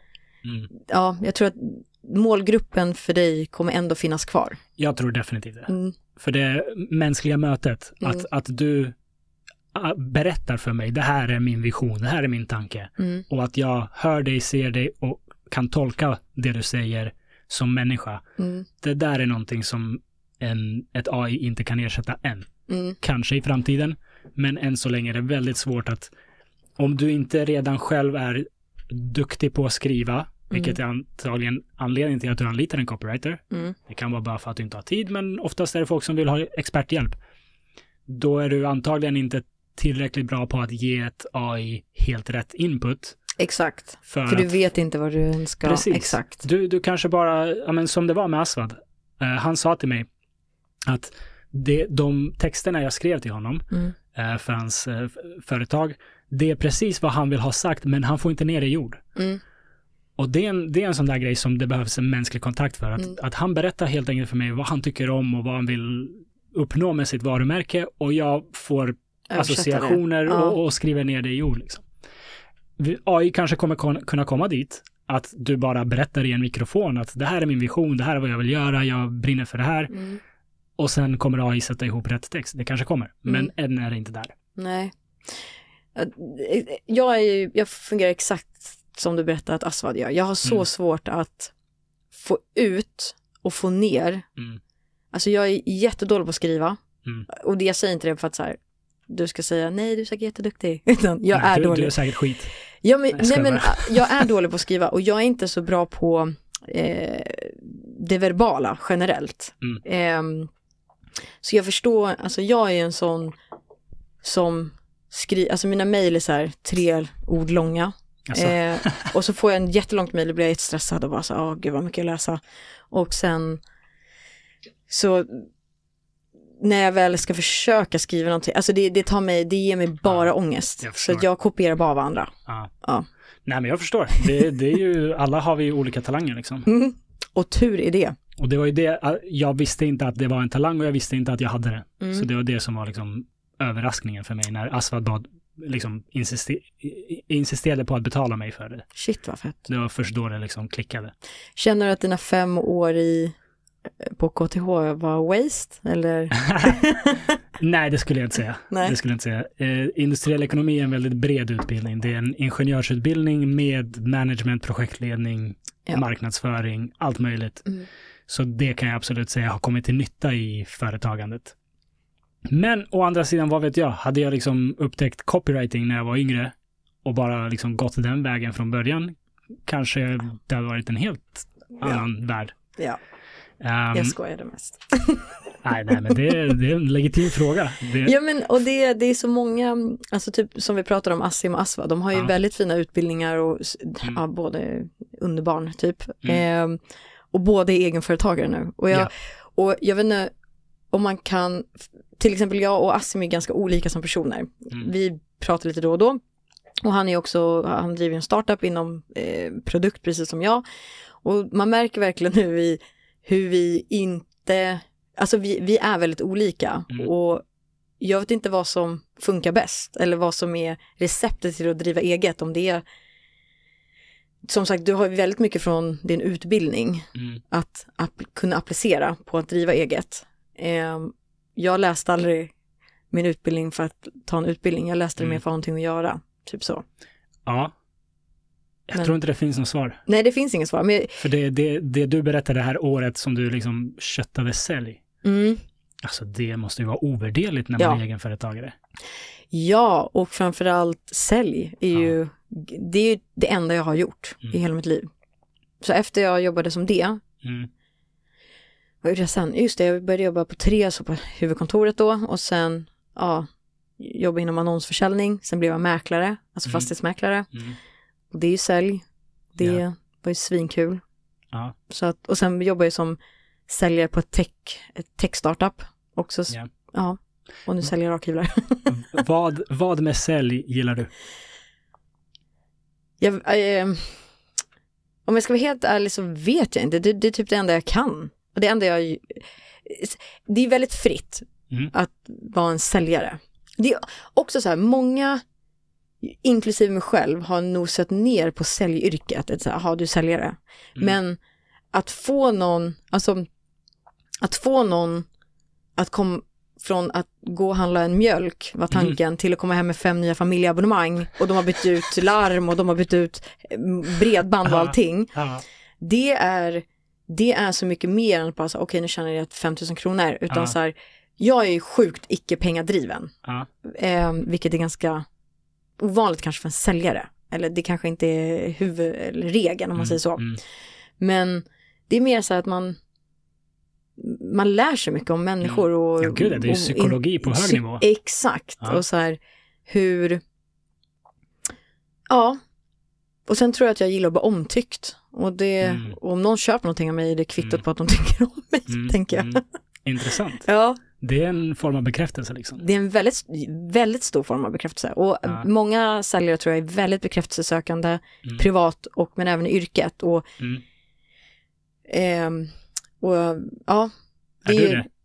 [SPEAKER 2] jag tror att målgruppen för dig kommer ändå finnas kvar.
[SPEAKER 1] Jag tror definitivt det. För det mänskliga mötet, att du berättar för mig, det här är min vision, det här är min tanke. Och att jag hör dig, ser dig och kan tolka det du säger som människa. Det där är någonting som ett AI inte kan ersätta än. Kanske i framtiden, men än så länge är det väldigt svårt att, om du inte redan själv är duktig på att skriva, vilket är antagligen anledningen till att du anlitar en copywriter. Det kan vara bara för att du inte har tid, men oftast är det folk som vill ha experthjälp. Då är du antagligen inte tillräckligt bra på att ge ett AI helt rätt input.
[SPEAKER 2] Exakt, för du vet inte vad du ska.
[SPEAKER 1] Precis.
[SPEAKER 2] Exakt.
[SPEAKER 1] Du kanske bara, som det var med Aswad. Han sa till mig att de texterna jag skrev till honom för hans företag, det är precis vad han vill ha sagt, men han får inte ner det i ord. Och det är en sån där grej som det behövs en mänsklig kontakt för. Att han berättar helt enkelt för mig vad han tycker om och vad han vill uppnå med sitt varumärke, och jag får associationer och skriver ner det i ord liksom. AI kanske kommer kunna komma dit att du bara berättar i en mikrofon att det här är min vision, det här är vad jag vill göra, jag brinner för det här. och sen kommer AI sätta ihop rätt text. Det kanske kommer, men än är det inte där.
[SPEAKER 2] Nej. Jag fungerar exakt som du berättade att Aswad gör. Jag har så svårt att få ut och få ner. Alltså jag är jättedålig på att skriva. Och jag säger inte det för att så här, du ska säga nej, du är säkert jätteduktig. Utan jag är dålig.
[SPEAKER 1] Du är säkert skit.
[SPEAKER 2] Ja, men jag är dålig på att skriva och jag är inte så bra på det verbala generellt. Så jag förstår, alltså jag är en sån som skriver, alltså mina mejl är så här 3 ord långa. Och så får jag en jättelångt mejl och blir jag jättestressad och bara så, gud vad mycket jag läsa. Och sen så när jag väl ska försöka skriva någonting, alltså det ger mig bara ångest. Så jag kopierar bara av andra. Ja.
[SPEAKER 1] Nej, men jag förstår. Det är ju, alla har vi ju olika talanger liksom.
[SPEAKER 2] Och tur är det.
[SPEAKER 1] Och det var ju det, jag visste inte att det var en talang och jag visste inte att jag hade det. Så det var det som var liksom överraskningen för mig när Aswad liksom insisterade på att betala mig för det.
[SPEAKER 2] Shit, vad fett. Det
[SPEAKER 1] var först då det liksom klickade.
[SPEAKER 2] Känner du att dina 5 år på KTH var waste, eller?
[SPEAKER 1] Nej, det skulle jag inte säga. Det skulle jag inte säga. Industriell ekonomi är en väldigt bred utbildning. Det är en ingenjörsutbildning med management, projektledning, marknadsföring, allt möjligt. Så det kan jag absolut säga har kommit till nytta i företagandet. Men å andra sidan, vad vet jag? Hade jag liksom upptäckt copywriting när jag var yngre och bara liksom gått den vägen från början, kanske det hade varit en helt annan värld.
[SPEAKER 2] Ja. Jag skojade mest.
[SPEAKER 1] nej, men det är en legitim fråga.
[SPEAKER 2] Ja, men och det är så många, alltså typ som vi pratar om Assim och Aswad, de har ju väldigt fina utbildningar och både underbarn typ. Och båda är egenföretagare nu. Och jag vet inte om man kan, till exempel jag och Assim är ganska olika som personer. Vi pratar lite då och då. Och han driver en startup inom produkt precis som jag. Och man märker verkligen nu hur vi inte, alltså vi är väldigt olika. Och jag vet inte vad som funkar bäst eller vad som är receptet till att driva eget. Om det är, som sagt, du har väldigt mycket från din utbildning att kunna applicera på att driva eget. Jag läste aldrig min utbildning för att ta en utbildning. Jag läste det mer för att ha någonting att göra. Typ så.
[SPEAKER 1] Ja. Jag tror inte det finns något svar.
[SPEAKER 2] Nej, det finns inget svar. Men
[SPEAKER 1] för det du berättade det här året som du liksom köttade sälj. Alltså det måste ju vara ovärderligt när man är egenföretagare.
[SPEAKER 2] Ja, och framförallt sälj är ju det enda jag har gjort i hela mitt liv. Så efter jag jobbade som det, vad gjorde jag sen? Just det, jag började jobba på 3 så på huvudkontoret då, och sen jobba inom annonsförsäljning, sen blev jag mäklare, alltså fastighetsmäklare. Och det är ju sälj. Det var ju svinkul. Så att, och sen jobbade jag som säljare på ett tech-startup också. Ja, och nu säljer jag rakhyvlar.
[SPEAKER 1] Vad med sälj gillar du?
[SPEAKER 2] Om jag ska vara helt ärlig så vet jag inte. Det är typ det enda jag kan. Och det är väldigt fritt att vara en säljare. Det är också så här, många, inklusive mig själv, har nog sett ner på säljyrket. Att säga, aha, du är säljare. Men att få någon att komma från att gå och handla en mjölk var tanken till att komma hem med 5 nya familjeabonnemang och de har bytt ut larm och de har bytt ut bredband och allting. Det är så mycket mer än att bara okej, nu tjänar jag 5 000 kronor, utan så här, jag är sjukt icke-pengadriven. Vilket är ganska ovanligt kanske för en säljare. Eller det kanske inte är huvudregeln om man säger så. Men det är mer så att man lär sig mycket om människor. Och,
[SPEAKER 1] ja, gud, det är ju psykologi på hög nivå.
[SPEAKER 2] Exakt. Och så här, hur... Ja. Och sen tror jag att jag gillar att vara omtyckt. Och om någon köper någonting av mig är det kvittot på att de tycker om mig, tänker jag.
[SPEAKER 1] Intressant.
[SPEAKER 2] Ja.
[SPEAKER 1] Det är en form av bekräftelse liksom. Det
[SPEAKER 2] är en väldigt, väldigt stor form av bekräftelse. Och många säljare tror jag är väldigt bekräftelsesökande privat men även i yrket. Och ja.
[SPEAKER 1] Är du det?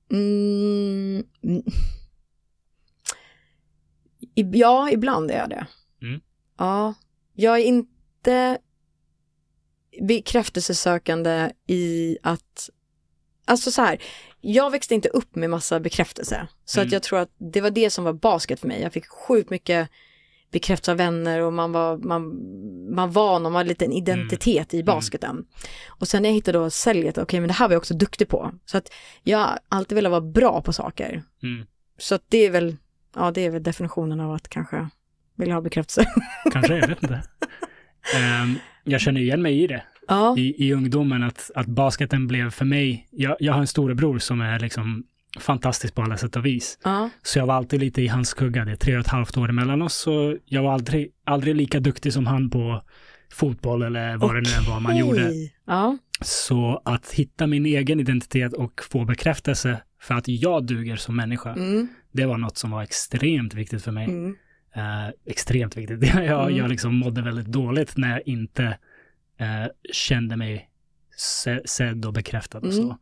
[SPEAKER 2] Ja, ibland är jag det. Ja, jag är inte bekräftelsesökande i att, alltså så här, jag växte inte upp med massa bekräftelse. Så att jag tror att det var det som var basket för mig. Jag fick sjukt mycket bekräftelse av vänner och man var en liten identitet i basketen. Och sen när jag hittade då säljet, okej, men det här var jag också duktig på. Så att jag alltid ville vara bra på saker. Så att det är väl definitionen av att kanske vilja ha bekräftelse.
[SPEAKER 1] Kanske, jag vet inte. Jag känner igen mig i det.
[SPEAKER 2] Ja.
[SPEAKER 1] I ungdomen att basketen blev för mig, jag har en storebror som är liksom fantastisk på alla sätt och vis.
[SPEAKER 2] Ja.
[SPEAKER 1] Så jag var alltid lite i hans skugga. Det är 3,5 år emellan oss, så jag var aldrig lika duktig som han på fotboll eller vad det nu var man gjorde.
[SPEAKER 2] Ja.
[SPEAKER 1] Så att hitta min egen identitet och få bekräftelse för att jag duger som människa, det var något som var extremt viktigt för mig. Extremt viktigt. Jag liksom mådde väldigt dåligt när jag inte kände mig sedd och bekräftad och så.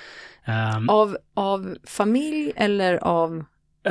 [SPEAKER 2] Av familj eller av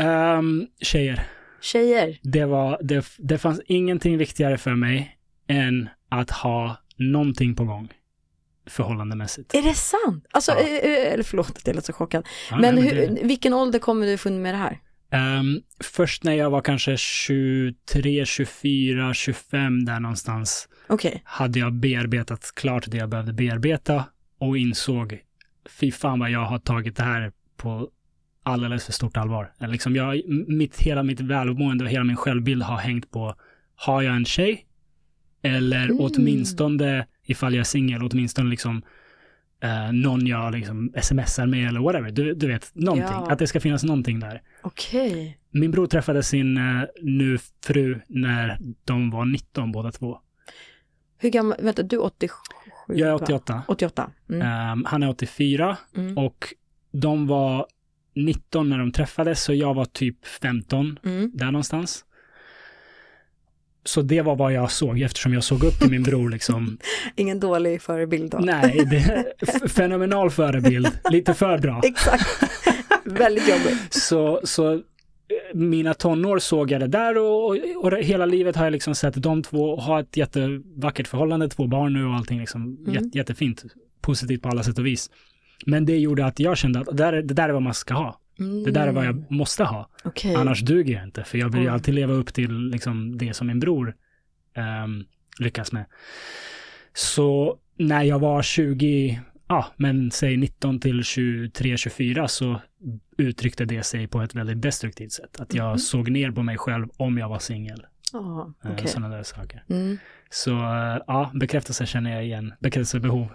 [SPEAKER 1] tjejer. Det fanns ingenting viktigare för mig än att ha någonting på gång förhållandemässigt.
[SPEAKER 2] Är det sant? Alltså, eller förlåt att jag är lite så chockad. Men vilken ålder kommer du funnit med det här?
[SPEAKER 1] Först när jag var kanske 23, 24, 25 där någonstans, hade jag bearbetat klart det jag behövde bearbeta och insåg, fy fan vad jag har tagit det här på alldeles för stort allvar. Liksom hela mitt välmående och hela min självbild har hängt på, har jag en tjej? Eller åtminstone, ifall jag är singel, åtminstone liksom någon jag liksom smsar med eller whatever. Du vet, någonting. Ja. Att det ska finnas någonting där.
[SPEAKER 2] Okej.
[SPEAKER 1] Min bror träffade sin nu fru när de var 19 båda två.
[SPEAKER 2] Hur gammal, vänta, du är 87?
[SPEAKER 1] Jag är 88.
[SPEAKER 2] 88.
[SPEAKER 1] Han är 84 och de var 19 när de träffades, så jag var typ 15 där någonstans. Så det var vad jag såg, eftersom jag såg upp till min bror liksom.
[SPEAKER 2] Ingen dålig förebild då.
[SPEAKER 1] Nej, det är fenomenal förebild. Lite för bra.
[SPEAKER 2] Exakt. Väldigt jobbigt.
[SPEAKER 1] Så mina tonår såg jag det där och hela livet har jag liksom sett de två ha ett jättevackert förhållande, 2 barn nu och allting liksom jättefint, positivt på alla sätt och vis. Men det gjorde att jag kände att det där är vad man ska ha. Det där är vad jag måste ha.
[SPEAKER 2] Okay.
[SPEAKER 1] Annars duger jag inte. För jag vill ju alltid leva upp till liksom det som min bror lyckas med. Så när jag var 20, säg 19 till 23, 24 så uttryckte det sig på ett väldigt destruktivt sätt. Att jag såg ner på mig själv om jag var singel. Sådana där saker. Så bekräftelse känner jag igen. Bekräftelsebehov.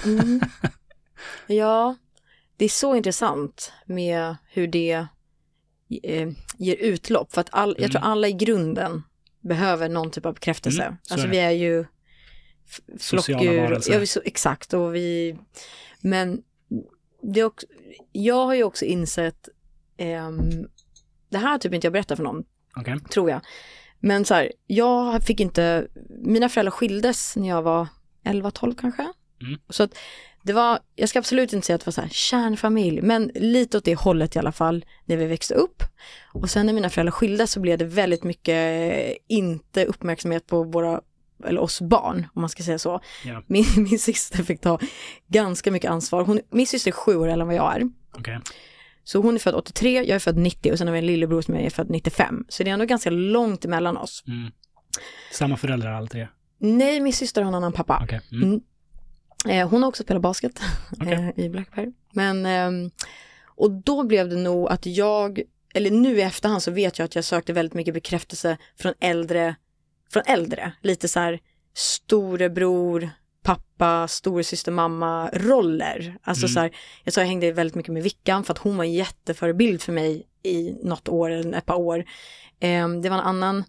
[SPEAKER 2] Ja, det är så intressant med hur det ger utlopp. För att jag tror alla i grunden behöver någon typ av bekräftelse. Alltså vi är ju flockdjur. Exakt. Men det är också, jag har ju också insett, det här typ inte jag berättar för någon, tror jag. Men så här, jag fick inte, mina föräldrar skildes när jag var 11-12 kanske. Så att det var, jag ska absolut inte säga att det var så här kärnfamilj, men lite åt det hållet i alla fall när vi växte upp. Och sen när mina föräldrar skildes så blev det väldigt mycket inte uppmärksamhet på oss barn, om man ska säga så. Yeah. Min syster fick ta ganska mycket ansvar. Min syster är 7 år äldre än vad jag är. Så hon är född 83, jag är född 90 och sen har vi en lillebror som är född 95. Så det är ändå ganska långt emellan oss.
[SPEAKER 1] Samma föräldrar alla 3?
[SPEAKER 2] Nej, min syster har en annan pappa. Hon har också spelat basket i Blackberry. Men, och då blev det nog att nu i efterhand så vet jag att jag sökte väldigt mycket bekräftelse från äldre. Lite så här storebror, pappa, storasyster, mamma roller. Alltså så här, jag hängde väldigt mycket med Vickan för att hon var en jätteförebild för mig i något år eller ett par år. Det var en annan,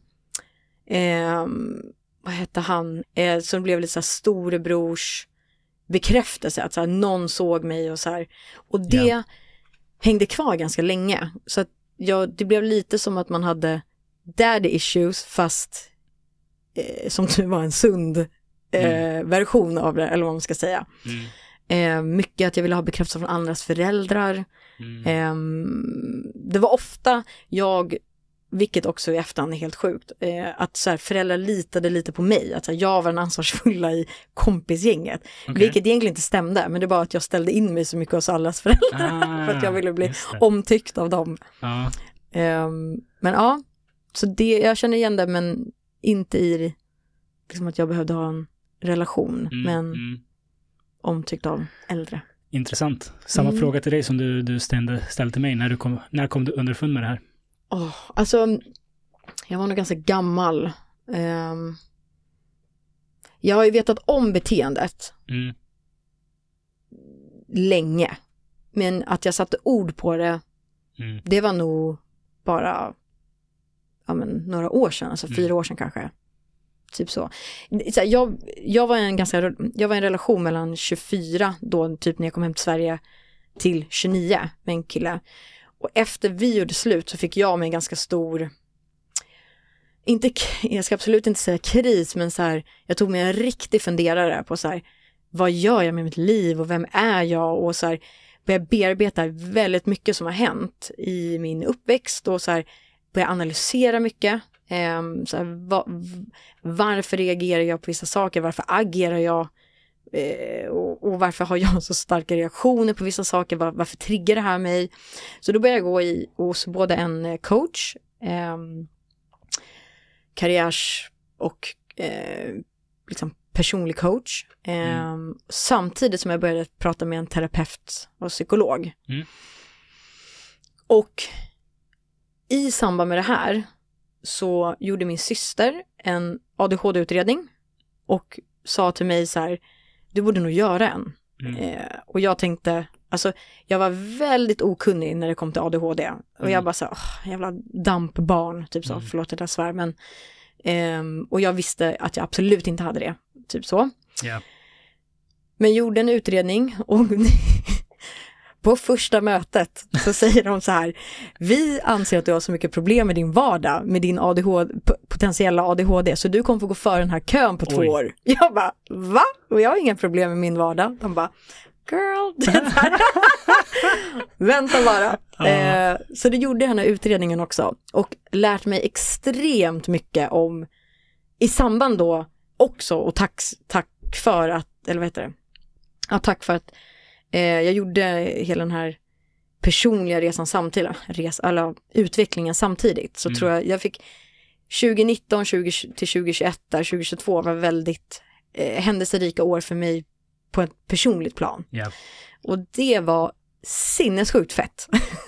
[SPEAKER 2] vad hette han, som blev lite så här storebrors bekräftelse, att så här, någon såg mig och så här. Och det hängde kvar ganska länge. Så att det blev lite som att man hade daddy issues fast som det var en sund version av det, eller vad man ska säga. Mycket att jag ville ha bekräftelse från andras föräldrar. Det var ofta jag vilket också i efterhand är helt sjukt, att så här, föräldrar litade lite på mig, att så här, jag var den ansvarsfulla i kompisgänget, vilket egentligen inte stämde, men det var att jag ställde in mig så mycket hos allas föräldrar för att jag ville bli omtyckt av dem. Men ja, så det, jag känner igen det, men inte i liksom att jag behövde ha en relation, men omtyckt av äldre.
[SPEAKER 1] Intressant. Samma fråga till dig som du ställde till mig. När kom du underfund med det här?
[SPEAKER 2] Alltså, jag var nog ganska gammal. Jag har ju vetat om beteendet länge. Men att jag satte ord på det, det var nog bara några år sedan. Alltså 4 år sedan kanske. Typ så. Jag var i en relation mellan 24 då, typ när jag kom hem till Sverige, till 29 med en kille. Och efter vi gjorde slut så fick jag mig en ganska stor, jag ska absolut inte säga kris, men så här, jag tog mig en riktig funderare på så här, vad gör jag med mitt liv och vem är jag, och så här, började bearbeta väldigt mycket som har hänt i min uppväxt, och så här, började analysera mycket. Så här, varför reagerar jag på vissa saker, varför agerar jag, och varför har jag så starka reaktioner på vissa saker, varför triggar det här mig. Så då började jag gå hos både en coach, karriärs och liksom personlig coach, samtidigt som jag började prata med en terapeut och psykolog. Och i samband med det här så gjorde min syster en ADHD-utredning och sa till mig så här: du borde nog göra en. Och jag tänkte, alltså jag var väldigt okunnig när det kom till ADHD. Och jag bara så, jävla dampbarn, typ så, förlåt det där svär, men och jag visste att jag absolut inte hade det, typ så.
[SPEAKER 1] Yeah.
[SPEAKER 2] Men gjorde en utredning och på första mötet så säger de så här: vi anser att du har så mycket problem med din vardag, med din potentiella ADHD, så du kommer få gå för den här kön på 2 år. Jag bara, va? Och jag har inga problem med min vardag. De bara, girl, vänta bara. Så det gjorde den här utredningen också, och lärt mig extremt mycket om, i samband då också, och tack för att, eller vad heter det? Ja, tack för att jag gjorde hela den här personliga resan samtidigt, utvecklingen samtidigt. Så tror jag fick 2019 till 2021, där 2022 var väldigt händelserika år för mig på ett personligt plan.
[SPEAKER 1] Yeah.
[SPEAKER 2] Och det var sinnessjukt fett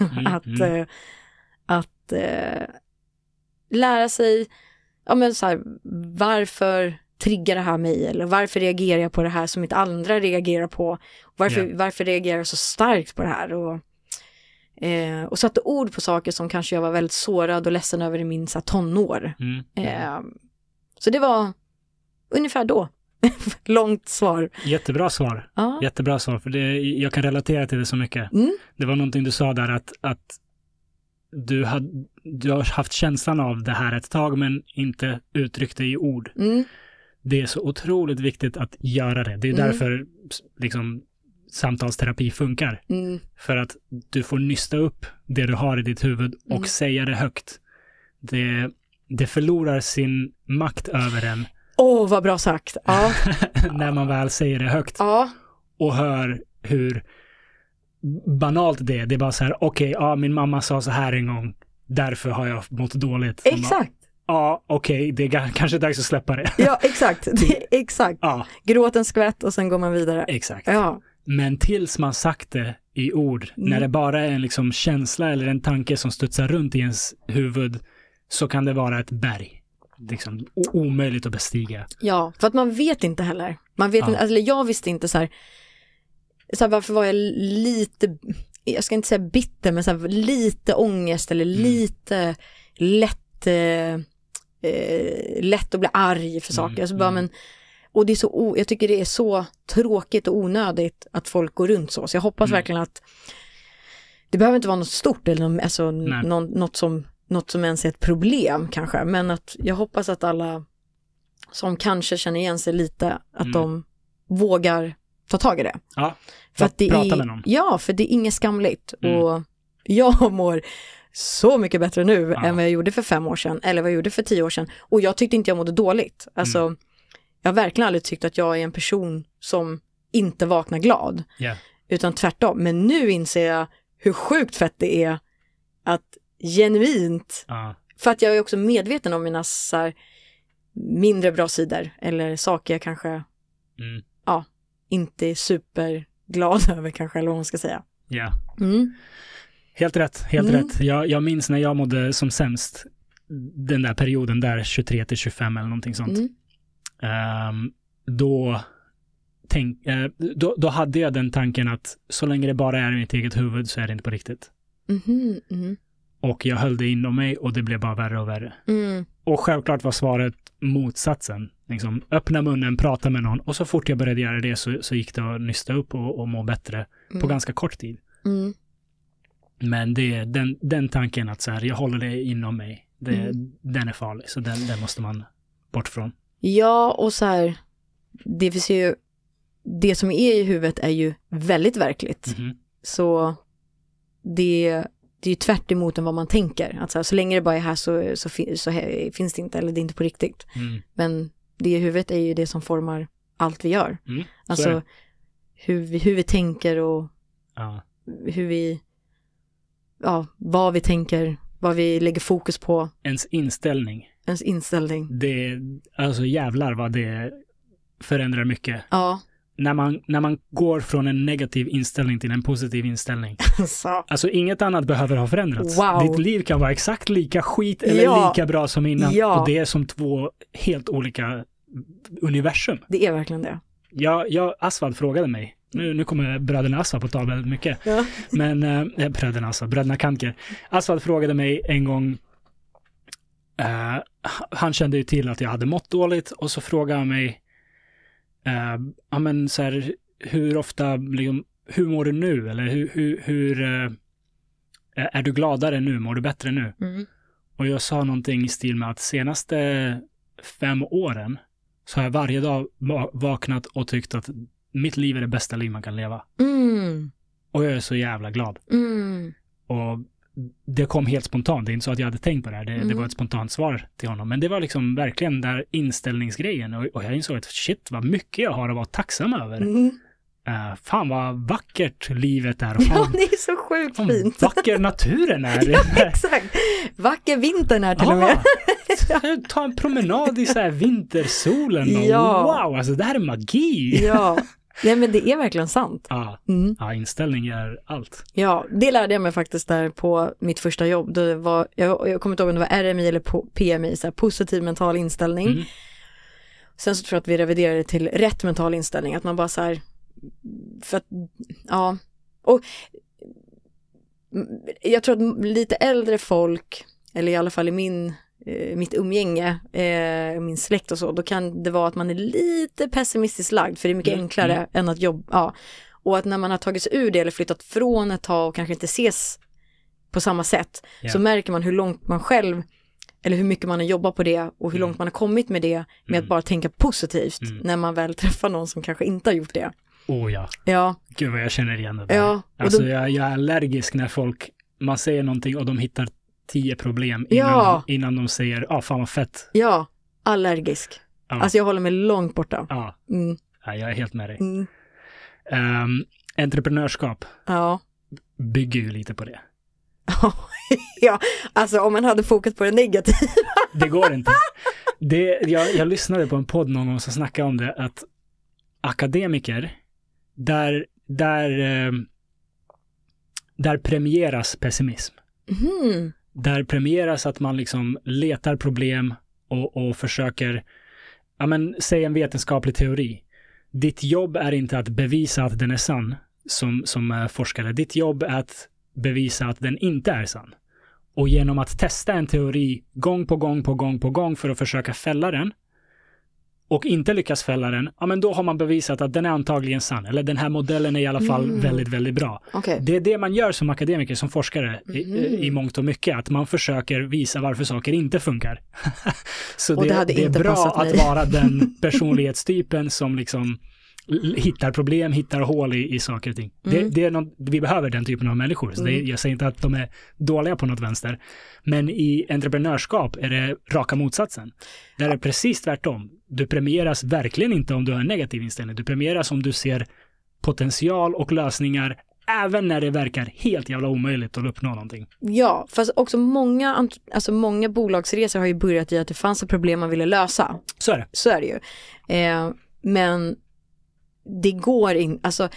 [SPEAKER 2] att lära sig, ja, men så här, varför triggar det här mig, eller varför reagerar jag på det här som inte andra reagerar på, varför reagerar jag så starkt på det här, och satte ord på saker som kanske jag var väldigt sårad och ledsen över i min så här, tonår. Så det var ungefär då. Långt svar.
[SPEAKER 1] Jättebra svar. Jättebra svar, för jag kan relatera till det så mycket. Det var någonting du sa där, att du har haft känslan av det här ett tag men inte uttryckt det i ord. Det är så otroligt viktigt att göra det. Det är därför liksom samtalsterapi funkar. För att du får nysta upp det du har i ditt huvud och säga det högt. Det förlorar sin makt över en.
[SPEAKER 2] Vad bra sagt. Ja.
[SPEAKER 1] När man väl säger det högt.
[SPEAKER 2] Ja.
[SPEAKER 1] Och hör hur banalt det är. Det är bara så här, min mamma sa så här en gång, därför har jag mått dåligt.
[SPEAKER 2] Exakt.
[SPEAKER 1] Det är kanske dags att släppa det.
[SPEAKER 2] Ja, exakt. Exakt. Gråt en skvätt och sen går man vidare.
[SPEAKER 1] Exakt.
[SPEAKER 2] Ja.
[SPEAKER 1] Men tills man sagt det i ord, när det bara är en liksom känsla eller en tanke som studsar runt i ens huvud, så kan det vara ett berg. Liksom omöjligt att bestiga. Ja,
[SPEAKER 2] för att man vet inte heller. Man vet inte, eller jag visste inte så här, varför var jag lite, jag ska inte säga bitter, men så här, lite ångest eller lite lätt att bli arg för saker. Alltså bara, men, och det är så, jag tycker det är så tråkigt och onödigt att folk går runt så. Så jag hoppas verkligen att det behöver inte vara något stort eller alltså, något som ens är ett problem kanske, men att jag hoppas att alla som kanske känner igen sig lite, att de vågar ta tag i det.
[SPEAKER 1] Ja,
[SPEAKER 2] för att det
[SPEAKER 1] prata med någon.
[SPEAKER 2] Ja, för det är inget skamligt och jag mår så mycket bättre nu än vad jag gjorde för 5 år sedan eller vad jag gjorde för 10 år sedan. Och jag tyckte inte jag mådde dåligt. Alltså, jag har verkligen aldrig tyckt att jag är en person som inte vaknar glad.
[SPEAKER 1] Yeah.
[SPEAKER 2] Utan tvärtom. Men nu inser jag hur sjukt fett det är att genuint, för att jag är också medveten om mina så här, mindre bra sidor eller saker jag kanske inte är superglad över kanske, eller vad man ska säga.
[SPEAKER 1] Ja. Helt rätt. Jag minns när jag mådde som sämst den där perioden där 23-25 eller någonting sånt. Då hade jag den tanken att så länge det bara är i mitt eget huvud så är det inte på riktigt. Och jag höll det inom mig och det blev bara värre och värre. Och självklart var svaret motsatsen. Liksom, öppna munnen, prata med någon. Och så fort jag började göra det så gick det att nysta upp och må bättre på ganska kort tid. Men det är den tanken att så här, jag håller det inom mig. Den är farlig, så den måste man bort från. Ja, och så här, det finns ju, det som är i huvudet är ju väldigt verkligt. Så det är ju tvärt emot än vad man tänker. Att så länge det bara är här så finns det inte, eller det är inte på riktigt. Men det i huvudet är ju det som formar allt vi gör. Alltså hur vi tänker och hur vi, vad vi tänker, vad vi lägger fokus på. Ens inställning. Det, alltså jävlar vad det förändrar mycket. Ja. När man går från en negativ inställning till en positiv inställning. Alltså inget annat behöver ha förändrats. Wow. Ditt liv kan vara exakt lika skit eller lika bra som innan. Ja. Och det är som 2 helt olika universum. Det är verkligen det. Asfalt frågade mig. Nu kommer bröderna Asfalt på tal väldigt mycket. Ja. Men bröderna Kanker. Asfalt frågade mig en gång. Han kände ju till att jag hade mått dåligt. Och så frågade han mig. Men så här, hur ofta, liksom, hur mår du nu? Eller hur är du gladare nu? Mår du bättre nu? Och jag sa någonting i stil med att senaste 5 åren så har jag varje dag vaknat och tyckt att mitt liv är det bästa liv man kan leva. Och jag är så jävla glad. Och det kom helt spontant. Det är inte så att jag hade tänkt på det här. Det var ett spontant svar till honom. Men det var liksom verkligen där inställningsgrejen. Och jag insåg att shit, vad mycket jag har att vara tacksam över. Fan vad vackert livet är. Fan, det är så sjukt fint. Vacker naturen är. Exakt. Vacker vintern är till och med. Ta en promenad i så här vintersolen. Wow, alltså det här är magi. Ja. Nej, men det är verkligen sant. Ja, inställning är allt. Ja, det lärde jag mig faktiskt där på mitt första jobb. Det var, jag kommer inte ihåg om det var RMI eller PMI, så här, positiv mental inställning. Sen så tror jag att vi reviderade till rätt mental inställning. Att man bara så här, för att, och jag tror att lite äldre folk, eller i alla fall i mitt umgänge, min släkt och så, då kan det vara att man är lite pessimistiskt lagd, för det är mycket enklare än att jobba. Och att när man har tagit sig ur det eller flyttat från ett tag och kanske inte ses på samma sätt, så märker man hur långt man själv, eller hur mycket man har jobbat på det och hur långt man har kommit med det, med att bara tänka positivt när man väl träffar någon som kanske inte har gjort det. Ja. Gud vad jag känner igen det där. Ja, alltså jag är allergisk när man säger någonting och de hittar 10 problem innan de säger, fan vad fett. Ja, allergisk. Alltså jag håller mig långt borta. Ja, jag är helt med dig. Entreprenörskap bygger ju lite på det. Ja, alltså om man hade fokus på det negativa. Det går inte. Jag lyssnade på en podd någon gång som snackade om det, att akademiker, där premieras pessimism. Där premieras att man liksom letar problem och försöker, säg en vetenskaplig teori. Ditt jobb är inte att bevisa att den är sann som forskare. Ditt jobb är att bevisa att den inte är sann. Och genom att testa en teori gång på gång för att försöka fälla den och inte lyckas fälla den, då har man bevisat att den är antagligen sann. Eller den här modellen är i alla fall väldigt, väldigt bra. Okay. Det är det man gör som akademiker, som forskare i mångt och mycket. Att man försöker visa varför saker inte funkar. Så det är bra att vara den personlighetstypen som liksom hittar problem, hittar hål i saker och ting. Det är vi behöver den typen av människor. Så jag säger inte att de är dåliga på något vänster. Men i entreprenörskap är det raka motsatsen. Där är det precis tvärtom. Du premieras verkligen inte om du har en negativ inställning. Du premieras om du ser potential och lösningar även när det verkar helt jävla omöjligt att uppnå någonting.
[SPEAKER 2] Ja, fast också många bolagsresor har ju börjat i att det fanns ett problem man ville lösa.
[SPEAKER 1] Så är det.
[SPEAKER 2] Så är det ju. Men det går in, alltså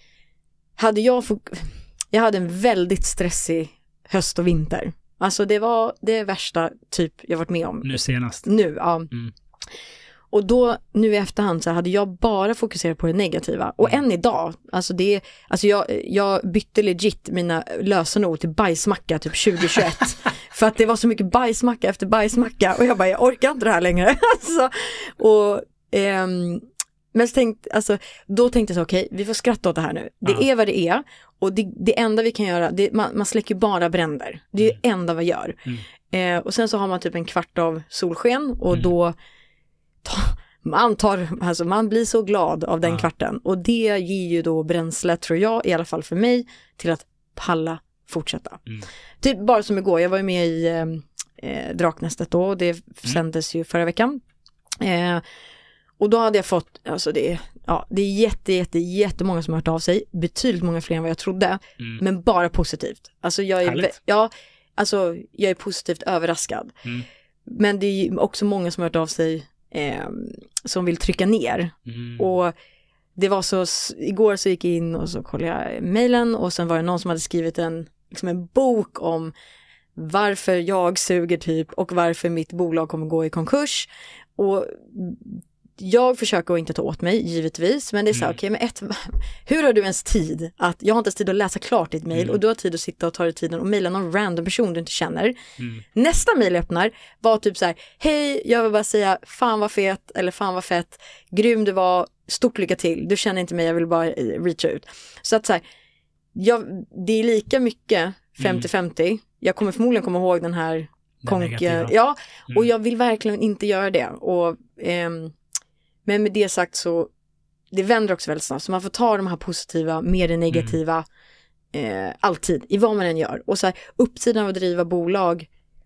[SPEAKER 2] jag hade en väldigt stressig höst och vinter. Alltså det var det värsta typ jag varit med om.
[SPEAKER 1] Nu senast.
[SPEAKER 2] Nu, ja. Och då, nu i efterhand så hade jag bara fokuserat på det negativa. Och än idag, jag bytte legit mina lösenord till bajsmacka typ 2021. För att det var så mycket bajsmacka efter bajsmacka. Och jag orkar inte det här längre. Men då tänkte jag så, okej, vi får skratta åt det här nu. Det är vad det är. Och det enda vi kan göra, man släcker bara bränder. Det är det enda vi gör. Och sen så har man typ en kvart av solsken. Och då man blir så glad av den kvarten. Och det ger ju då bränsle, tror jag, i alla fall för mig, till att palla fortsätta. Typ bara som igår, jag var ju med i Draknästet då. Och det sändes ju förra veckan. Och då hade jag fått, alltså det är jättemånga som har hört av sig. Betydligt många fler än vad jag trodde. Men bara positivt. Alltså jag är positivt överraskad. Men det är också många som har hört av sig som vill trycka ner. Och det var så, igår så gick jag in och så kollade jag mejlen. Och sen var det någon som hade skrivit en bok om varför jag suger typ. Och varför mitt bolag kommer gå i konkurs. Och jag försöker inte ta åt mig, givetvis. Men det är så okej, men hur har du ens tid? Jag har inte ens tid att läsa klart ditt mejl. Och du har tid att sitta och ta dig tiden och mejla någon random person du inte känner. Nästa mejl jag öppnar var typ så här: hej, jag vill bara säga fan vad fet, eller fan vad fett. Grym du var, stort lycka till. Du känner inte mig, jag vill bara reach ut. Så att så här, det är lika mycket 50-50. Jag kommer förmodligen komma ihåg den här konken. Ja, och jag vill verkligen inte göra det. Och men med det sagt så det vänder också väldigt snabbt. Så man får ta de här positiva med det negativa alltid, i vad man än gör. Och så här, uppsidan av att driva bolag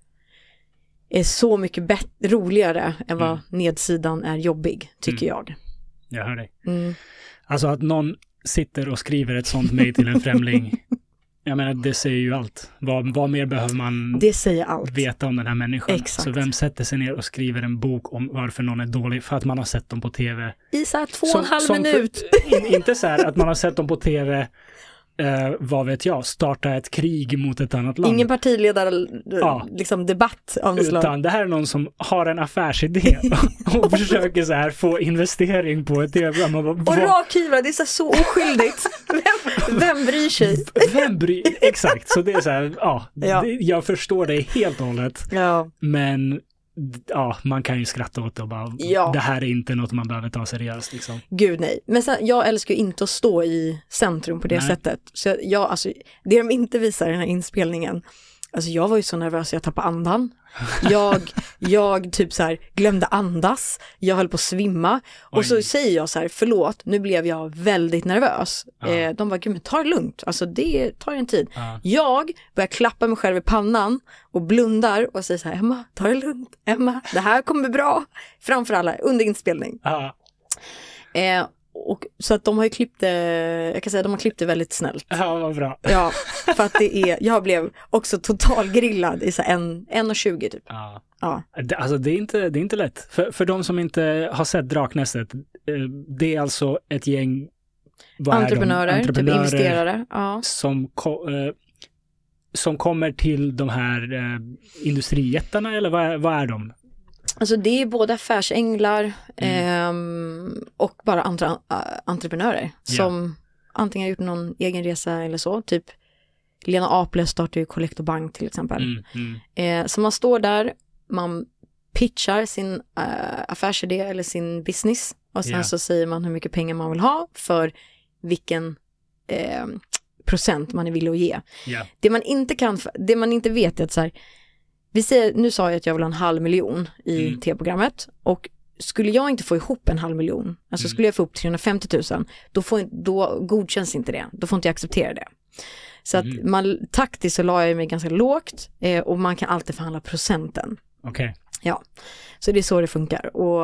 [SPEAKER 2] är så mycket roligare än vad nedsidan är jobbig, tycker jag.
[SPEAKER 1] Jag hör dig. Alltså att någon sitter och skriver ett sånt mejl till en främling. Jag menar, det säger ju allt. Vad mer behöver man veta om den här människan? Exakt. Så vem sätter sig ner och skriver en bok om varför någon är dålig? För att man har sett dem på tv.
[SPEAKER 2] I så här 2,5 minut.
[SPEAKER 1] Inte så här att man har sett dem på tv, vad vet jag, starta ett krig mot ett annat land. Ingen
[SPEAKER 2] partiledare debatt av något slag.
[SPEAKER 1] Utan det här är någon som har en affärsidé och försöker så här få investering på ett tv-program.
[SPEAKER 2] Och rakhyvlar, det är så oskyldigt. Vem bryr sig?
[SPEAKER 1] Exakt, så det är så här, jag förstår dig helt och hållet. Ja. Men man kan ju skratta åt det och bara, det här är inte något man behöver ta seriöst liksom.
[SPEAKER 2] Gud nej, men sen, jag älskar ju inte att stå i centrum på det sättet. Så det de inte visar i den här inspelningen, alltså jag var ju så nervös att jag tappade andan. Jag typ så här glömde andas. Jag höll på att svimma. Oj. Och så säger jag så här: förlåt, nu blev jag väldigt nervös. De bara, gud men ta det lugnt. Alltså det tar en tid. Jag börjar klappa mig själv i pannan och blundar och säger så här: Emma, ta det lugnt. Emma, det här kommer bli bra. Framför alla, under inspelning. Och så att de har ju klippt det, jag kan säga de har klippt det väldigt snällt.
[SPEAKER 1] Ja, vad bra.
[SPEAKER 2] Ja, för att jag blev också totalgrillad i så 1:20 typ. Ja.
[SPEAKER 1] Alltså det är inte lätt. För de som inte har sett Draknästet, det är alltså ett gäng
[SPEAKER 2] entreprenörer, typ investerare. Ja.
[SPEAKER 1] Som kommer till de här industrijättarna, eller vad är de?
[SPEAKER 2] Alltså det är både affärsänglar och bara andra entreprenörer som antingen har gjort någon egen resa eller så. Typ Lena Aple startar ju Collector Bank till exempel. Så man står där, man pitchar sin affärsidé eller sin business och sen så säger man hur mycket pengar man vill ha för vilken procent man är villig att ge. Det man inte vet är att så här, nu sa jag att jag vill ha 500 000 i tv-programmet och skulle jag inte få ihop 500 000, alltså skulle jag få upp 350 000, då godkänns inte det. Då får inte jag acceptera det. Så att taktiskt så la jag mig ganska lågt och man kan alltid förhandla procenten.
[SPEAKER 1] Okej.
[SPEAKER 2] Ja, så det är så det funkar. Och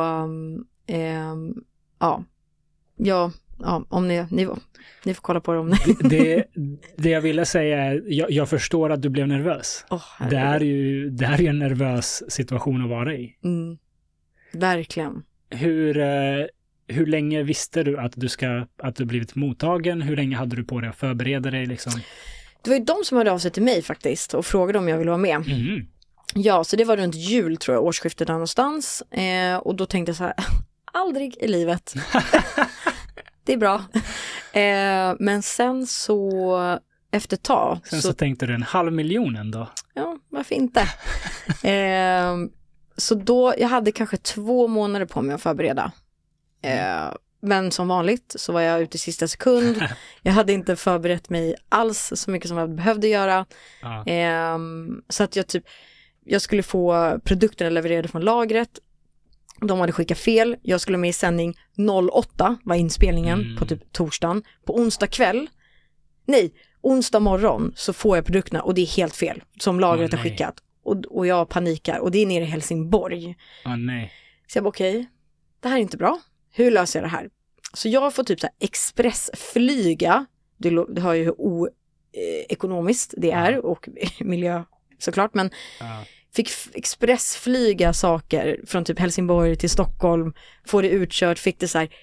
[SPEAKER 2] om ni får kolla på det om ni...
[SPEAKER 1] det jag ville säga är, jag förstår att du blev nervös. Det är ju en nervös situation att vara i.
[SPEAKER 2] Verkligen.
[SPEAKER 1] Hur länge visste du att du blivit mottagen? Hur länge hade du på dig att förbereda dig liksom?
[SPEAKER 2] Det var ju de som hörde av sig till mig faktiskt och frågade om jag ville vara med. Ja, så det var runt jul tror jag, årsskiftet där någonstans. Och då tänkte jag så här, aldrig i livet. Det är bra. Men sen så, efter ett tag.
[SPEAKER 1] Sen så tänkte du 500 000 ändå.
[SPEAKER 2] Ja, varför inte? Så då, jag hade kanske 2 månader på mig att förbereda. Men som vanligt så var jag ute i sista sekund. Jag hade inte förberett mig alls så mycket som jag behövde göra. Så att jag skulle få produkterna levererade från lagret. De hade skickat fel. Jag skulle med i sändning 08 var inspelningen på typ torsdagen. På onsdag morgon så får jag produkterna och det är helt fel som lagret har skickat. Och jag panikar och det är nere i Helsingborg.
[SPEAKER 1] Nej.
[SPEAKER 2] Så jag bara okej, det här är inte bra. Hur löser jag det här? Så jag får typ så här expressflyga. Du hör ju hur oekonomiskt det är och miljö såklart, men fick expressflyga saker från typ Helsingborg till Stockholm, få det utkört, fick det så här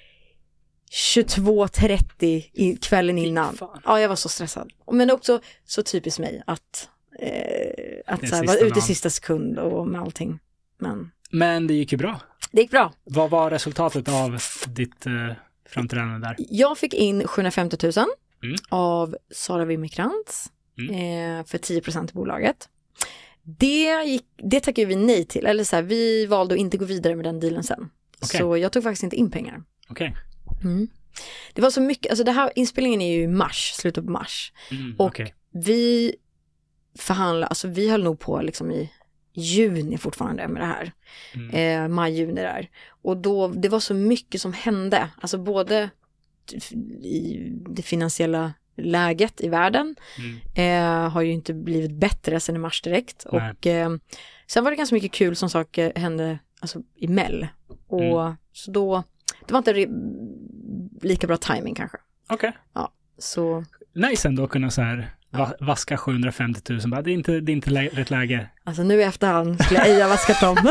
[SPEAKER 2] 22:30 kvällen innan. Ja, jag var så stressad. Men också så typiskt mig att så här, vara ute i sista sekund och med allting. Men
[SPEAKER 1] det gick ju bra.
[SPEAKER 2] Det gick bra.
[SPEAKER 1] Vad var resultatet av ditt framträdande där?
[SPEAKER 2] Jag fick in 750 000 av Sara Wimmerkrantz för 10% i bolaget. Det tackade vi nej till. Eller så här, vi valde att inte gå vidare med den dealen sen. Okay. Så jag tog faktiskt inte in pengar.
[SPEAKER 1] Okej.
[SPEAKER 2] Det var så mycket, alltså det här inspelningen är ju i mars, slutet på mars. Och vi förhandlade, alltså vi höll nog på liksom i juni fortfarande med det här. Maj-juni där. Och då, det var så mycket som hände. Alltså både i det finansiella läget i världen har ju inte blivit bättre sen i mars direkt. Nej. Och sen var det ganska mycket kul som saker hände alltså, i Mell. Och så då, det var inte lika bra timing kanske.
[SPEAKER 1] Okej.
[SPEAKER 2] Ja, så...
[SPEAKER 1] Nice ändå att kunna så här vaska 750 000. Bara, det är inte rätt läge.
[SPEAKER 2] Alltså nu i efterhand skulle jag ej ha vaskat dem.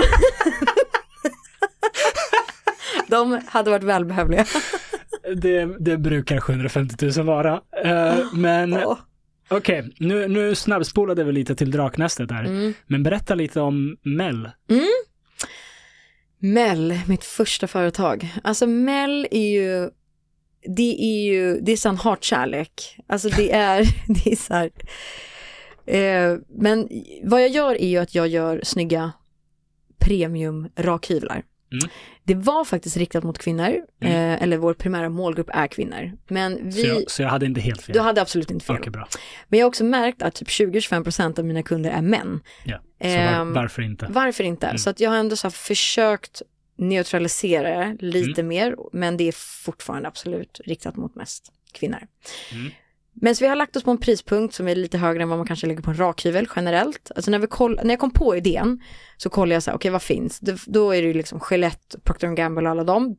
[SPEAKER 2] De hade varit välbehövliga.
[SPEAKER 1] Det brukar 750 000 vara. Men okej, nu snabbspolade vi lite till Draknästet där. Men berätta lite om Mell.
[SPEAKER 2] Mell, mitt första företag. Alltså Mell är ju det är sån hatkärlek. Alltså det är så här. Men vad jag gör är ju att jag gör snygga premium rakhyvlar. Det var faktiskt riktat mot kvinnor. Eller vår primära målgrupp är kvinnor. Men
[SPEAKER 1] så jag hade inte helt fel?
[SPEAKER 2] Du hade absolut inte fel.
[SPEAKER 1] Okay, bra. Men
[SPEAKER 2] jag har också märkt att typ 20-25% av mina kunder är män.
[SPEAKER 1] Ja, så varför inte?
[SPEAKER 2] Varför inte? Så att jag har ändå så här försökt neutralisera det lite mer. Men det är fortfarande absolut riktat mot mest kvinnor. Men så vi har lagt oss på en prispunkt som är lite högre än vad man kanske lägger på en rakhyvel generellt. Alltså när jag kom på idén så kollade jag så här, okej, vad finns? Då är det ju liksom Gillette, Procter & Gamble och alla dem.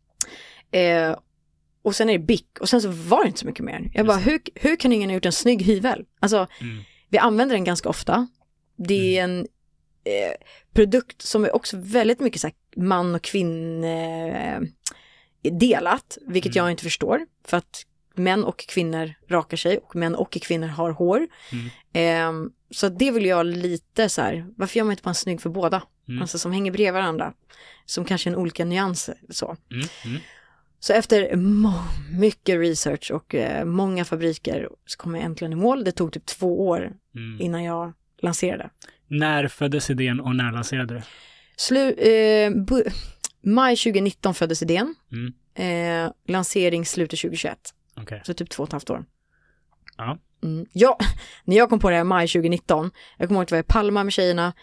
[SPEAKER 2] Och sen är det Bic. Och sen så var det inte så mycket mer. Jag bara, hur kan ingen ha gjort en snygg hyvel? Alltså, vi använder den ganska ofta. Det är en produkt som är också väldigt mycket så här man och kvinna delat. Vilket jag inte förstår. För att män och kvinnor rakar sig och män och kvinnor har hår. Så det vill jag lite så här, varför gör man inte på en snygg för båda? Alltså som hänger bredvid varandra. Som kanske är en olika nyanser. Så efter mycket research och många fabriker så kom jag äntligen i mål. Det tog typ 2 år innan jag lanserade. När
[SPEAKER 1] föddes idén och när lanserade du?
[SPEAKER 2] Maj 2019 föddes idén. Lansering slutet 2021.
[SPEAKER 1] Okay.
[SPEAKER 2] Så typ 2,5 år.
[SPEAKER 1] Ja.
[SPEAKER 2] Ja, när jag kom på det här maj 2019, jag kommer ihåg att jag var i Palma med tjejerna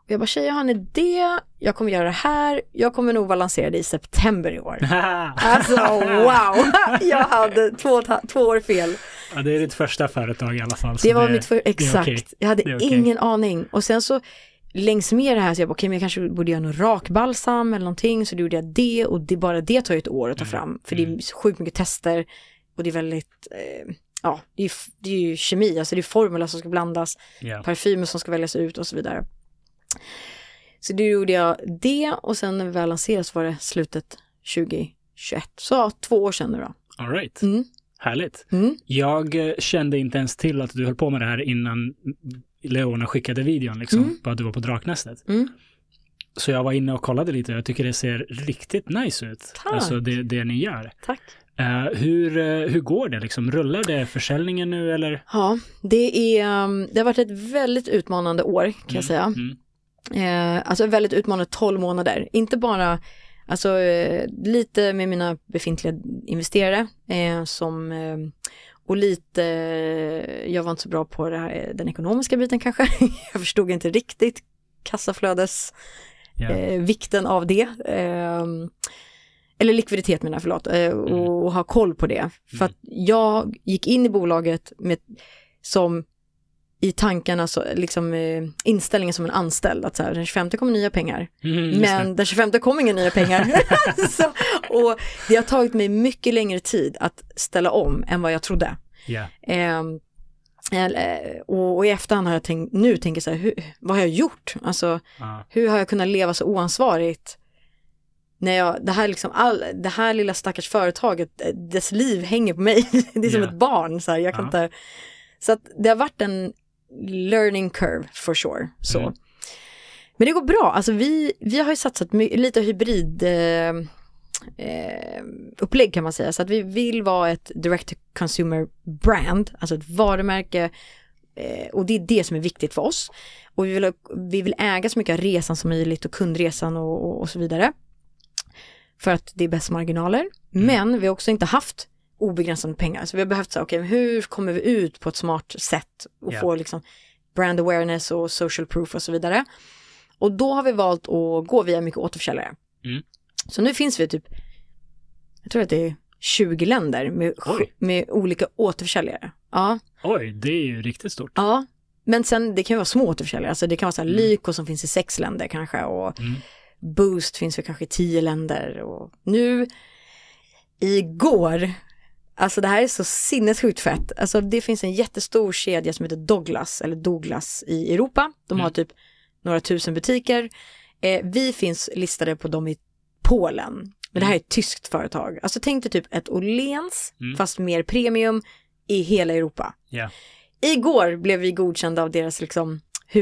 [SPEAKER 2] Och jag bara, tjej, jag har en idé. Jag kommer göra det här. Jag kommer nog vara lanserad i september i år. Alltså, wow. Jag hade 2 år fel.
[SPEAKER 1] Ja, det är ditt första företag i alla fall.
[SPEAKER 2] Det var mitt exakt.
[SPEAKER 1] Okay.
[SPEAKER 2] Jag hade ingen aning. Och sen så längs med det här så jag bara, okej, men jag kanske borde göra någon rakbalsam eller någonting. Så då gjorde jag det. Och det, bara det tar ju ett år att ta fram. För det är sjukt mycket tester. Och det är väldigt... ja, det är ju kemi, alltså det är formula som ska blandas, parfymer som ska väljas ut och så vidare. Så då gjorde jag det och sen när vi väl lanserades var det slutet 2021. Så 2 år sedan nu då.
[SPEAKER 1] All right. Härligt. Jag kände inte ens till att du höll på med det här innan Leona skickade videon liksom, på att du var på Draknästet. Så jag var inne och kollade lite och jag tycker det ser riktigt nice ut.
[SPEAKER 2] Tack.
[SPEAKER 1] Alltså det ni gör.
[SPEAKER 2] Tack.
[SPEAKER 1] Hur går det liksom? Rullar det försäljningen nu eller?
[SPEAKER 2] Ja, det har varit ett väldigt utmanande år kan jag säga. Alltså väldigt utmanande 12 månader. Inte bara alltså, lite med mina befintliga investerare och lite, jag var inte så bra på det här, den ekonomiska biten kanske. Jag förstod inte riktigt kassaflödes vikten av det. Eller likviditet menar jag, förlåt. Och ha koll på det. För att jag gick in i bolaget som i tankarna så, liksom, inställningen som en anställd. Att så här, den 25 kommer nya pengar. Men den 25 kommer inga nya pengar. Och det har tagit mig mycket längre tid att ställa om än vad jag trodde. Och i efterhand har jag tänker så här, vad har jag gjort? Alltså, hur har jag kunnat leva så oansvarigt? Det här lilla stackars företaget, dess liv hänger på mig. Det är som ett barn. Så här, jag kan inte, så att det har varit en learning curve for sure. Så. Men det går bra. Alltså vi har ju satsat lite hybrid upplägg kan man säga. Så att vi vill vara ett direct consumer brand. Alltså ett varumärke. Och det är det som är viktigt för oss. Och vi vill äga så mycket av resan som möjligt och kundresan och så vidare. För att det är bäst marginaler. Men vi har också inte haft obegränsade pengar. Så vi har behövt säga, okej, hur kommer vi ut på ett smart sätt och få liksom brand awareness och social proof och så vidare. Och då har vi valt att gå via mycket återförsäljare. Så nu finns vi typ, jag tror att det är 20 länder med olika återförsäljare. Ja.
[SPEAKER 1] Oj, det är ju riktigt stort.
[SPEAKER 2] Ja, men sen det kan ju vara små återförsäljare. Alltså det kan vara så här Lyko som finns i 6 länder kanske och Boost finns för kanske 10 länder. Och nu, igår, alltså det här är så sinnessjukt fett. Alltså det finns en jättestor kedja som heter Douglas i Europa. De har typ några tusen butiker. Vi finns listade på dem i Polen. Men det här är ett tyskt företag. Alltså tänk dig typ ett Åhléns, fast mer premium i hela Europa. Igår blev vi godkända av deras liksom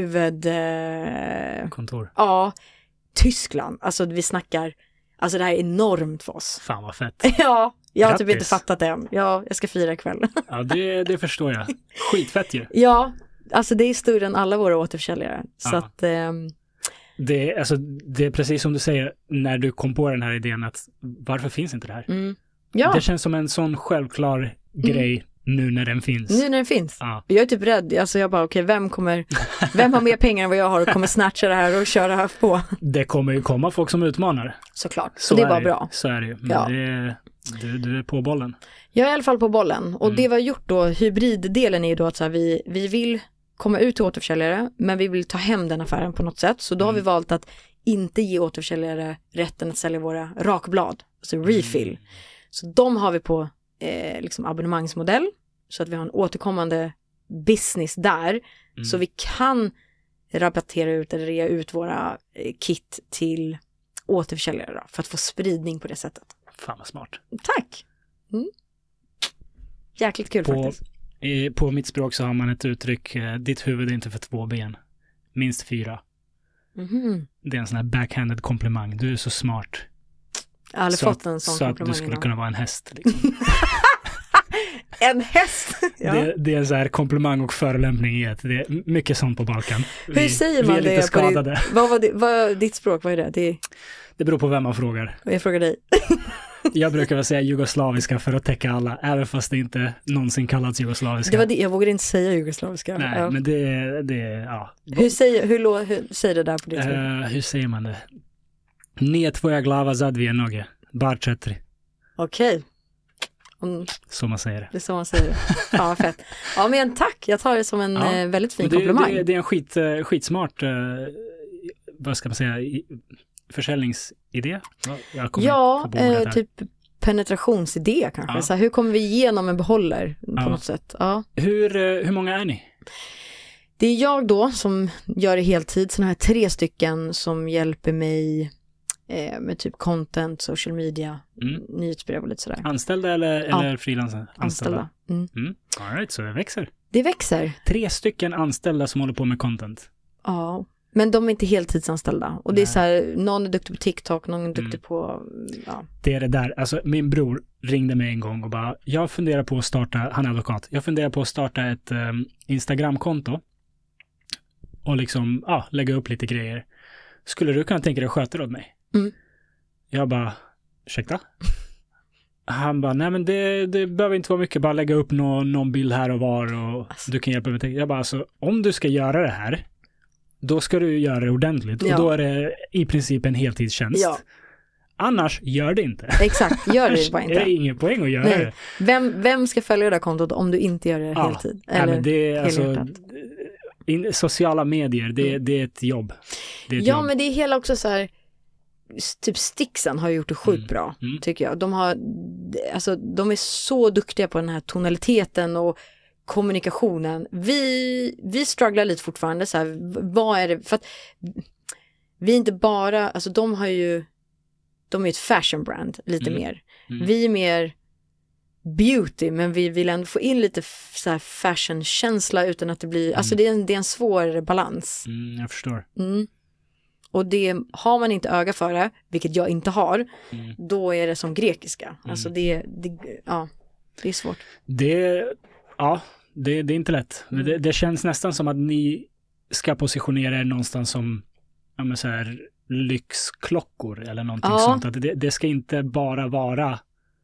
[SPEAKER 1] kontor.
[SPEAKER 2] Ja, Tyskland. Alltså vi snackar, alltså det här är enormt för oss.
[SPEAKER 1] Fan vad fett.
[SPEAKER 2] Ja, jag har typ inte fattat det än. Ja, jag ska fira ikväll.
[SPEAKER 1] Ja, det förstår jag. Skitfett ju.
[SPEAKER 2] Ja, alltså det är större än alla våra återförsäljare. Så att...
[SPEAKER 1] det är precis som du säger när du kom på den här idén att varför finns inte det här?
[SPEAKER 2] Ja.
[SPEAKER 1] Det känns som en sån självklar grej nu när den finns.
[SPEAKER 2] Nu när den finns. Ja. Jag är typ rädd. Alltså jag bara, okej, vem har mer pengar än vad jag har och kommer snatcha det här och köra det här på? Det kommer ju komma folk som utmanar. Såklart. Så det är bara bra. Så är det ju. Men du är på bollen. Jag är i alla fall på bollen. Och det vi har gjort då, hybriddelen är ju då att så här, vi vill komma ut till återförsäljare, men vi vill ta hem den affären på något sätt. Så då har vi valt att inte ge återförsäljare rätten att sälja våra rakblad, alltså refill. Så de har vi på liksom abonnemangsmodell, så att vi har en återkommande business där. Så vi kan rabattera ut eller rea ut våra kit till återförsäljare då, för att få spridning på det sättet. Fan vad smart. Tack! Jäkligt kul faktiskt. På mitt språk så har man ett uttryck, ditt huvud är inte för 2 ben, minst 4. Det är en sån här backhanded komplimang. Du är så smart. Jag har aldrig fått en sån komplimang. Så att du skulle kunna vara en häst. Liksom. En häst? Ja. Det är en sån här komplimang och förolämpning i att det är mycket sånt på Balkan. Hur säger man det? Vi är lite skadade. Vad är ditt språk? Vad är det? Det beror på vem man frågar. Jag frågar dig.
[SPEAKER 1] Jag brukar väl säga jugoslaviska för att täcka alla, även fast det inte någonsin kallats jugoslaviska.
[SPEAKER 2] Det var det, jag vågar inte säga jugoslaviska.
[SPEAKER 1] Nej, men ja.
[SPEAKER 2] Hur säger det där på ditt
[SPEAKER 1] hur säger man det? Nije tvoja glava za dvije noge, bar 4.
[SPEAKER 2] Okej.
[SPEAKER 1] Så man säger det.
[SPEAKER 2] Det är så man säger det. Ja, vad fett. Ja, men tack. Jag tar det som en väldigt fin komplimang.
[SPEAKER 1] Det är en skitsmart, vad ska man säga, försäljningsidé.
[SPEAKER 2] Typ penetrationsidé kanske.
[SPEAKER 1] Ja.
[SPEAKER 2] Så här, hur kommer vi igenom en behåller på något sätt? Ja.
[SPEAKER 1] Hur många är ni?
[SPEAKER 2] Det är jag då som gör det heltid. Såna här 3 stycken som hjälper mig med typ content, social media, nyhetsbrev och lite sådär.
[SPEAKER 1] Anställda eller frilansare?
[SPEAKER 2] Anställda.
[SPEAKER 1] All right, så det växer.
[SPEAKER 2] Det växer.
[SPEAKER 1] 3 stycken anställda som håller på med content.
[SPEAKER 2] Ja, men de är inte heltidsanställda. Och det är så här, någon är duktig på TikTok, någon är duktig på... Ja.
[SPEAKER 1] Det är det där. Alltså, min bror ringde mig en gång och bara, jag funderar på att starta, han är advokat, jag funderar på att starta ett Instagram-konto och liksom, lägga upp lite grejer. Skulle du kunna tänka dig att sköta det åt mig? Jag bara, ursäkta? Han bara, nej men det behöver inte vara mycket, bara lägga upp någon bild här och var och du kan hjälpa mig. Jag bara, alltså, om du ska göra det här, då ska du göra det ordentligt. Och då är det i princip en heltidstjänst. Ja. Annars, gör det inte.
[SPEAKER 2] Exakt, gör det bara inte.
[SPEAKER 1] Det är ingen poäng att göra det.
[SPEAKER 2] Vem ska följa det där kontot om du inte gör det heltid? Eller
[SPEAKER 1] men det är alltså, sociala medier, det är ett jobb. Det är ett jobb.
[SPEAKER 2] Men det är hela också så här, typ Stixen har gjort det sjukt bra, tycker jag. De är så duktiga på den här tonaliteten och kommunikationen. Vi strugglar lite fortfarande så här, vad är det, för att vi är inte bara, alltså de är ett fashion brand lite mer. Vi är mer beauty, men vi vill ändå få in lite så här fashion-känsla utan att det blir, alltså det är en svår balans.
[SPEAKER 1] Jag förstår.
[SPEAKER 2] Och det har man inte öga för det, vilket jag inte har, då är det som grekiska. Alltså det är svårt. Det
[SPEAKER 1] är inte lätt. Men det känns nästan som att ni ska positionera er någonstans som så här, lyxklockor eller någonting sånt. Att det ska inte bara vara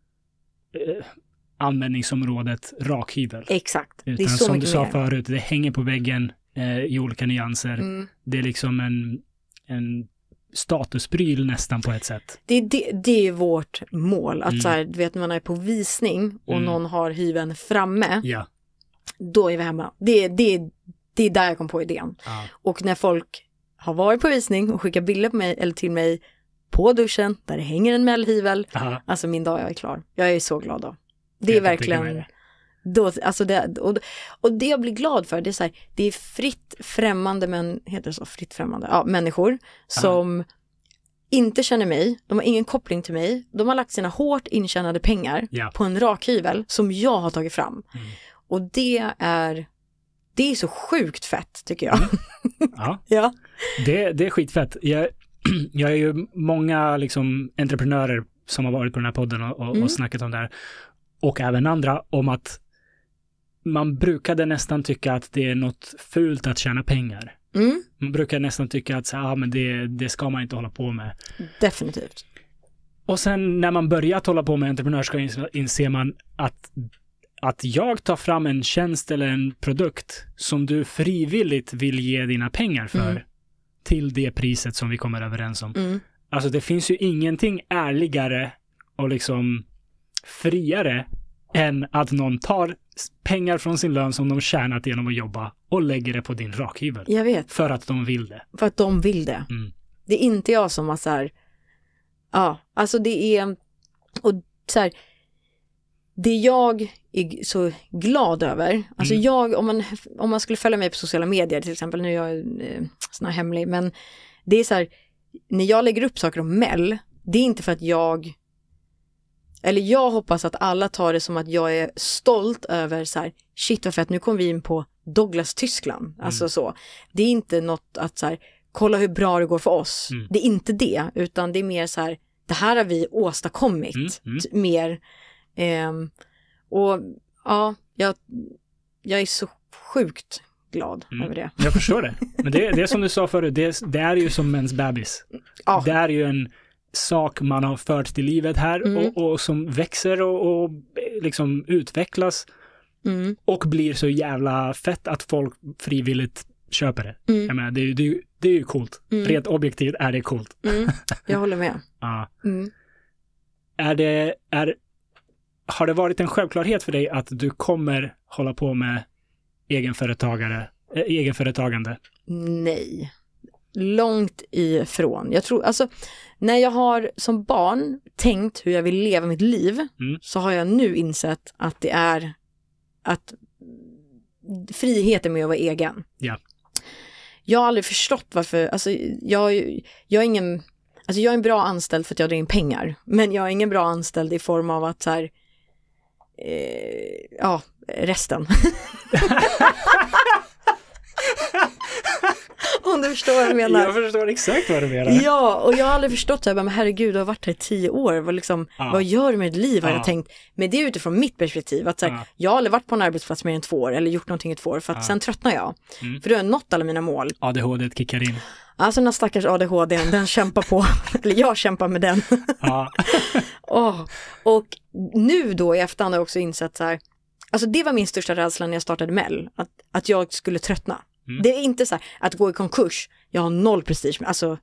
[SPEAKER 1] användningsområdet rakhyvel.
[SPEAKER 2] Exakt.
[SPEAKER 1] Utan
[SPEAKER 2] det är så
[SPEAKER 1] som
[SPEAKER 2] mycket
[SPEAKER 1] du sa
[SPEAKER 2] mer.
[SPEAKER 1] förut, det hänger på väggen i olika nyanser. Det är liksom en statuspryl nästan på ett sätt.
[SPEAKER 2] Det är vårt mål. Att så här, du vet, när man är på visning och någon har hyveln framme, då är vi hemma. Det är där jag kom på idén. Och när folk har varit på visning och skickat bilder på mig eller till mig på duschen där det hänger en mellhyvel, alltså min dag är klar. Jag är så glad då. Det är verkligen då, alltså och det jag blir glad för, det är så här, det är fritt främmande, men heter det så, fritt främmande? Ja, människor som inte känner mig, de har ingen koppling till mig, de har lagt sina hårt intjänade pengar på en rakhyvel som jag har tagit fram. Och det är så sjukt fett, tycker jag.
[SPEAKER 1] Ja. Det är skitfett. Jag är ju många liksom entreprenörer som har varit på den här podden och snackat om det här. Och även andra om att man brukade nästan tycka att det är något fult att tjäna pengar. Man brukar nästan tycka att men det ska man inte hålla på med.
[SPEAKER 2] Definitivt.
[SPEAKER 1] Och sen när man börjat hålla på med entreprenörskap inser man att jag tar fram en tjänst eller en produkt som du frivilligt vill ge dina pengar för till det priset som vi kommer överens om. Alltså det finns ju ingenting ärligare och liksom friare än att någon tar pengar från sin lön som de tjänat genom att jobba och lägger det på din rakhyvel.
[SPEAKER 2] Jag vet.
[SPEAKER 1] För att de vill det.
[SPEAKER 2] För att de vill det. Det är inte jag som har så här, alltså det är, och så här, det jag är så glad över, alltså om man skulle följa mig på sociala medier till exempel, nu är jag sån här hemlig, men det är så här, när jag lägger upp saker om Mell, det är inte för att jag hoppas att alla tar det som att jag är stolt över så här, shit vad fett, nu kom vi in på Douglas Tyskland, alltså så. Det är inte något att så här, kolla hur bra det går för oss. Det är inte det, utan det är mer så här, det här har vi åstadkommit mer. Och jag är så sjukt glad över det.
[SPEAKER 1] Jag förstår det. Men det är som du sa förut, det är ju som mens bebis. Det är ju sak man har fört till livet här och som växer och liksom utvecklas och blir så jävla fett att folk frivilligt köper det. Jag menar, det är ju coolt. Rent objektivt är det coolt.
[SPEAKER 2] Jag håller med.
[SPEAKER 1] Ja. Har det varit en självklarhet för dig att du kommer hålla på med egenföretagande?
[SPEAKER 2] Nej. Långt ifrån. Jag tror, alltså, när jag har som barn tänkt hur jag vill leva mitt liv så har jag nu insett att det är att friheten med att vara egen.
[SPEAKER 1] Ja.
[SPEAKER 2] Jag har aldrig förstått varför, alltså jag är ingen, alltså jag är en bra anställd för att jag drar in pengar, men jag är ingen bra anställd i form av att så här, resten. Om du förstår vad jag menar.
[SPEAKER 1] Jag förstår exakt vad du menar.
[SPEAKER 2] Ja, och jag har aldrig förstått så här, men herregud, du har varit här i 10 år. Vad gör du med ditt liv, har jag tänkt. Men det är utifrån mitt perspektiv. Att, så här, jag har aldrig varit på en arbetsplats mer än 2 år eller gjort någonting i 2 år, för att sen tröttnar jag. För då har jag nått alla mina mål.
[SPEAKER 1] ADHD kickar in.
[SPEAKER 2] Alltså den här stackars ADHD, den kämpar på. Eller jag kämpar med den. Och nu då i efterhand har jag också insett så här, alltså det var min största rädsla när jag startade Mell. Att jag skulle tröttna. Det är inte så här, att gå i konkurs. Jag har 0 prestige. Alltså,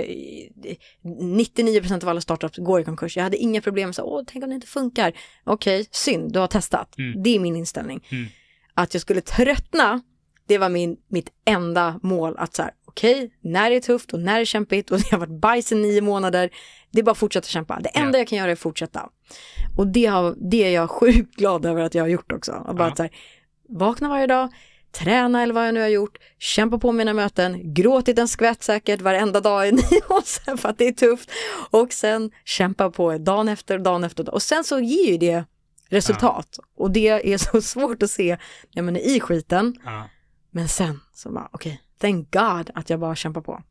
[SPEAKER 2] 99% av alla startups går i konkurs. Jag hade inga problem med så, tänk om det inte funkar. Okej, synd, du har testat. Det är min inställning. Att jag skulle tröttna, det var mitt enda mål. Att så här, okej, när det är tufft och när det är kämpigt och det har varit bajs i 9 månader, det är bara att fortsätta kämpa. Det enda jag kan göra är att fortsätta. Och det är jag sjukt glad över att jag har gjort också. Bara att så här, vakna varje dag, träna eller vad jag nu har gjort, kämpa på mina möten, gråtit en skvätt säkert varenda dag i 9 år för att det är tufft, och sen kämpa på dagen efter. Och sen så ger ju det resultat. Och det är så svårt att se när man är i skiten. Men sen så bara, okej, thank God att jag bara kämpar på.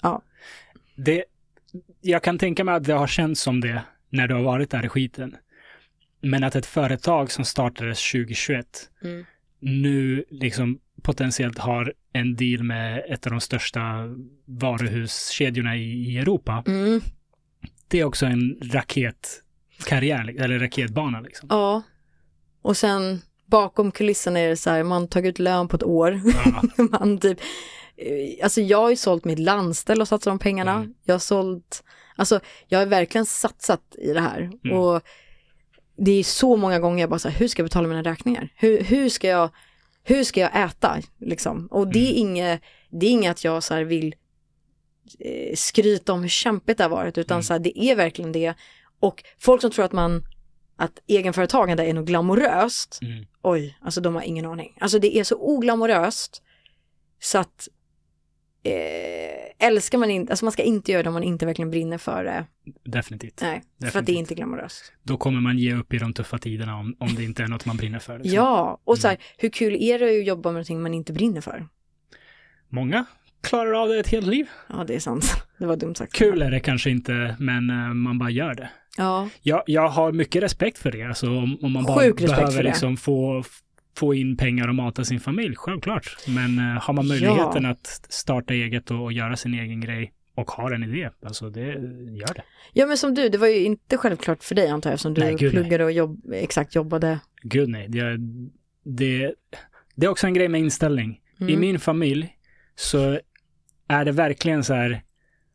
[SPEAKER 1] Jag kan tänka mig att det har känts som det när du har varit där i skiten. Men att ett företag som startades 2021 nu liksom potentiellt har en deal med ett av de största varuhuskedjorna i Europa. Det är också en raketkarriär eller raketbana liksom. Ja.
[SPEAKER 2] Och sen bakom kulisserna är det så här, man tagit ut lön på ett år. Man typ, alltså jag har ju sålt mitt landställ och satsat de pengarna. Jag har verkligen satsat i det här. Och det är så många gånger jag bara så här, hur ska jag betala mina räkningar? Hur ska jag äta liksom? Och det är inget att jag så här vill skryta om hur kämpigt det har varit, utan så här, det är verkligen det. Och folk som tror att egenföretagande är något glamoröst, oj, alltså de har ingen aning. Alltså det är så oglamoröst så att älskar man inte, alltså man ska inte göra det om man inte verkligen brinner för det.
[SPEAKER 1] Definitivt.
[SPEAKER 2] Nej,
[SPEAKER 1] Definitivt.
[SPEAKER 2] för att det är inte glamoröst.
[SPEAKER 1] Då kommer man ge upp i de tuffa tiderna om det inte är något man brinner för. Liksom.
[SPEAKER 2] Ja, och så här, hur kul är det att jobba med någonting man inte brinner för?
[SPEAKER 1] Många klarar av det ett helt liv.
[SPEAKER 2] Ja, det är sant. Det var dumt sagt.
[SPEAKER 1] Kul är det kanske inte, men man bara gör det.
[SPEAKER 2] Ja.
[SPEAKER 1] Jag har mycket respekt för det. Alltså, om man bara behöver liksom få in pengar och mata sin familj, självklart. Men har man möjligheten att starta eget och göra sin egen grej och har en idé, alltså det gör det.
[SPEAKER 2] Ja, men som det var ju inte självklart för dig antar jag, eftersom du pluggade och jobbade.
[SPEAKER 1] Gud nej, det är också en grej med inställning. I min familj så är det verkligen så här,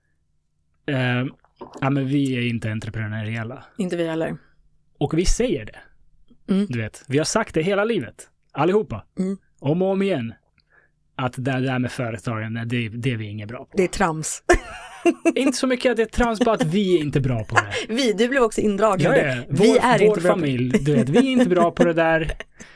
[SPEAKER 1] men vi är inte entreprenöriella.
[SPEAKER 2] Inte vi heller.
[SPEAKER 1] Och vi säger det. Du vet, vi har sagt det hela livet. Allihopa. Om och om igen. Att det där med företagande, det är vi inget bra på.
[SPEAKER 2] Det är trams.
[SPEAKER 1] Inte så mycket att det är trams, bara att vi är inte bra på det.
[SPEAKER 2] Du blev också indragen.
[SPEAKER 1] Vår familj, du vet, vi är inte bra på det där.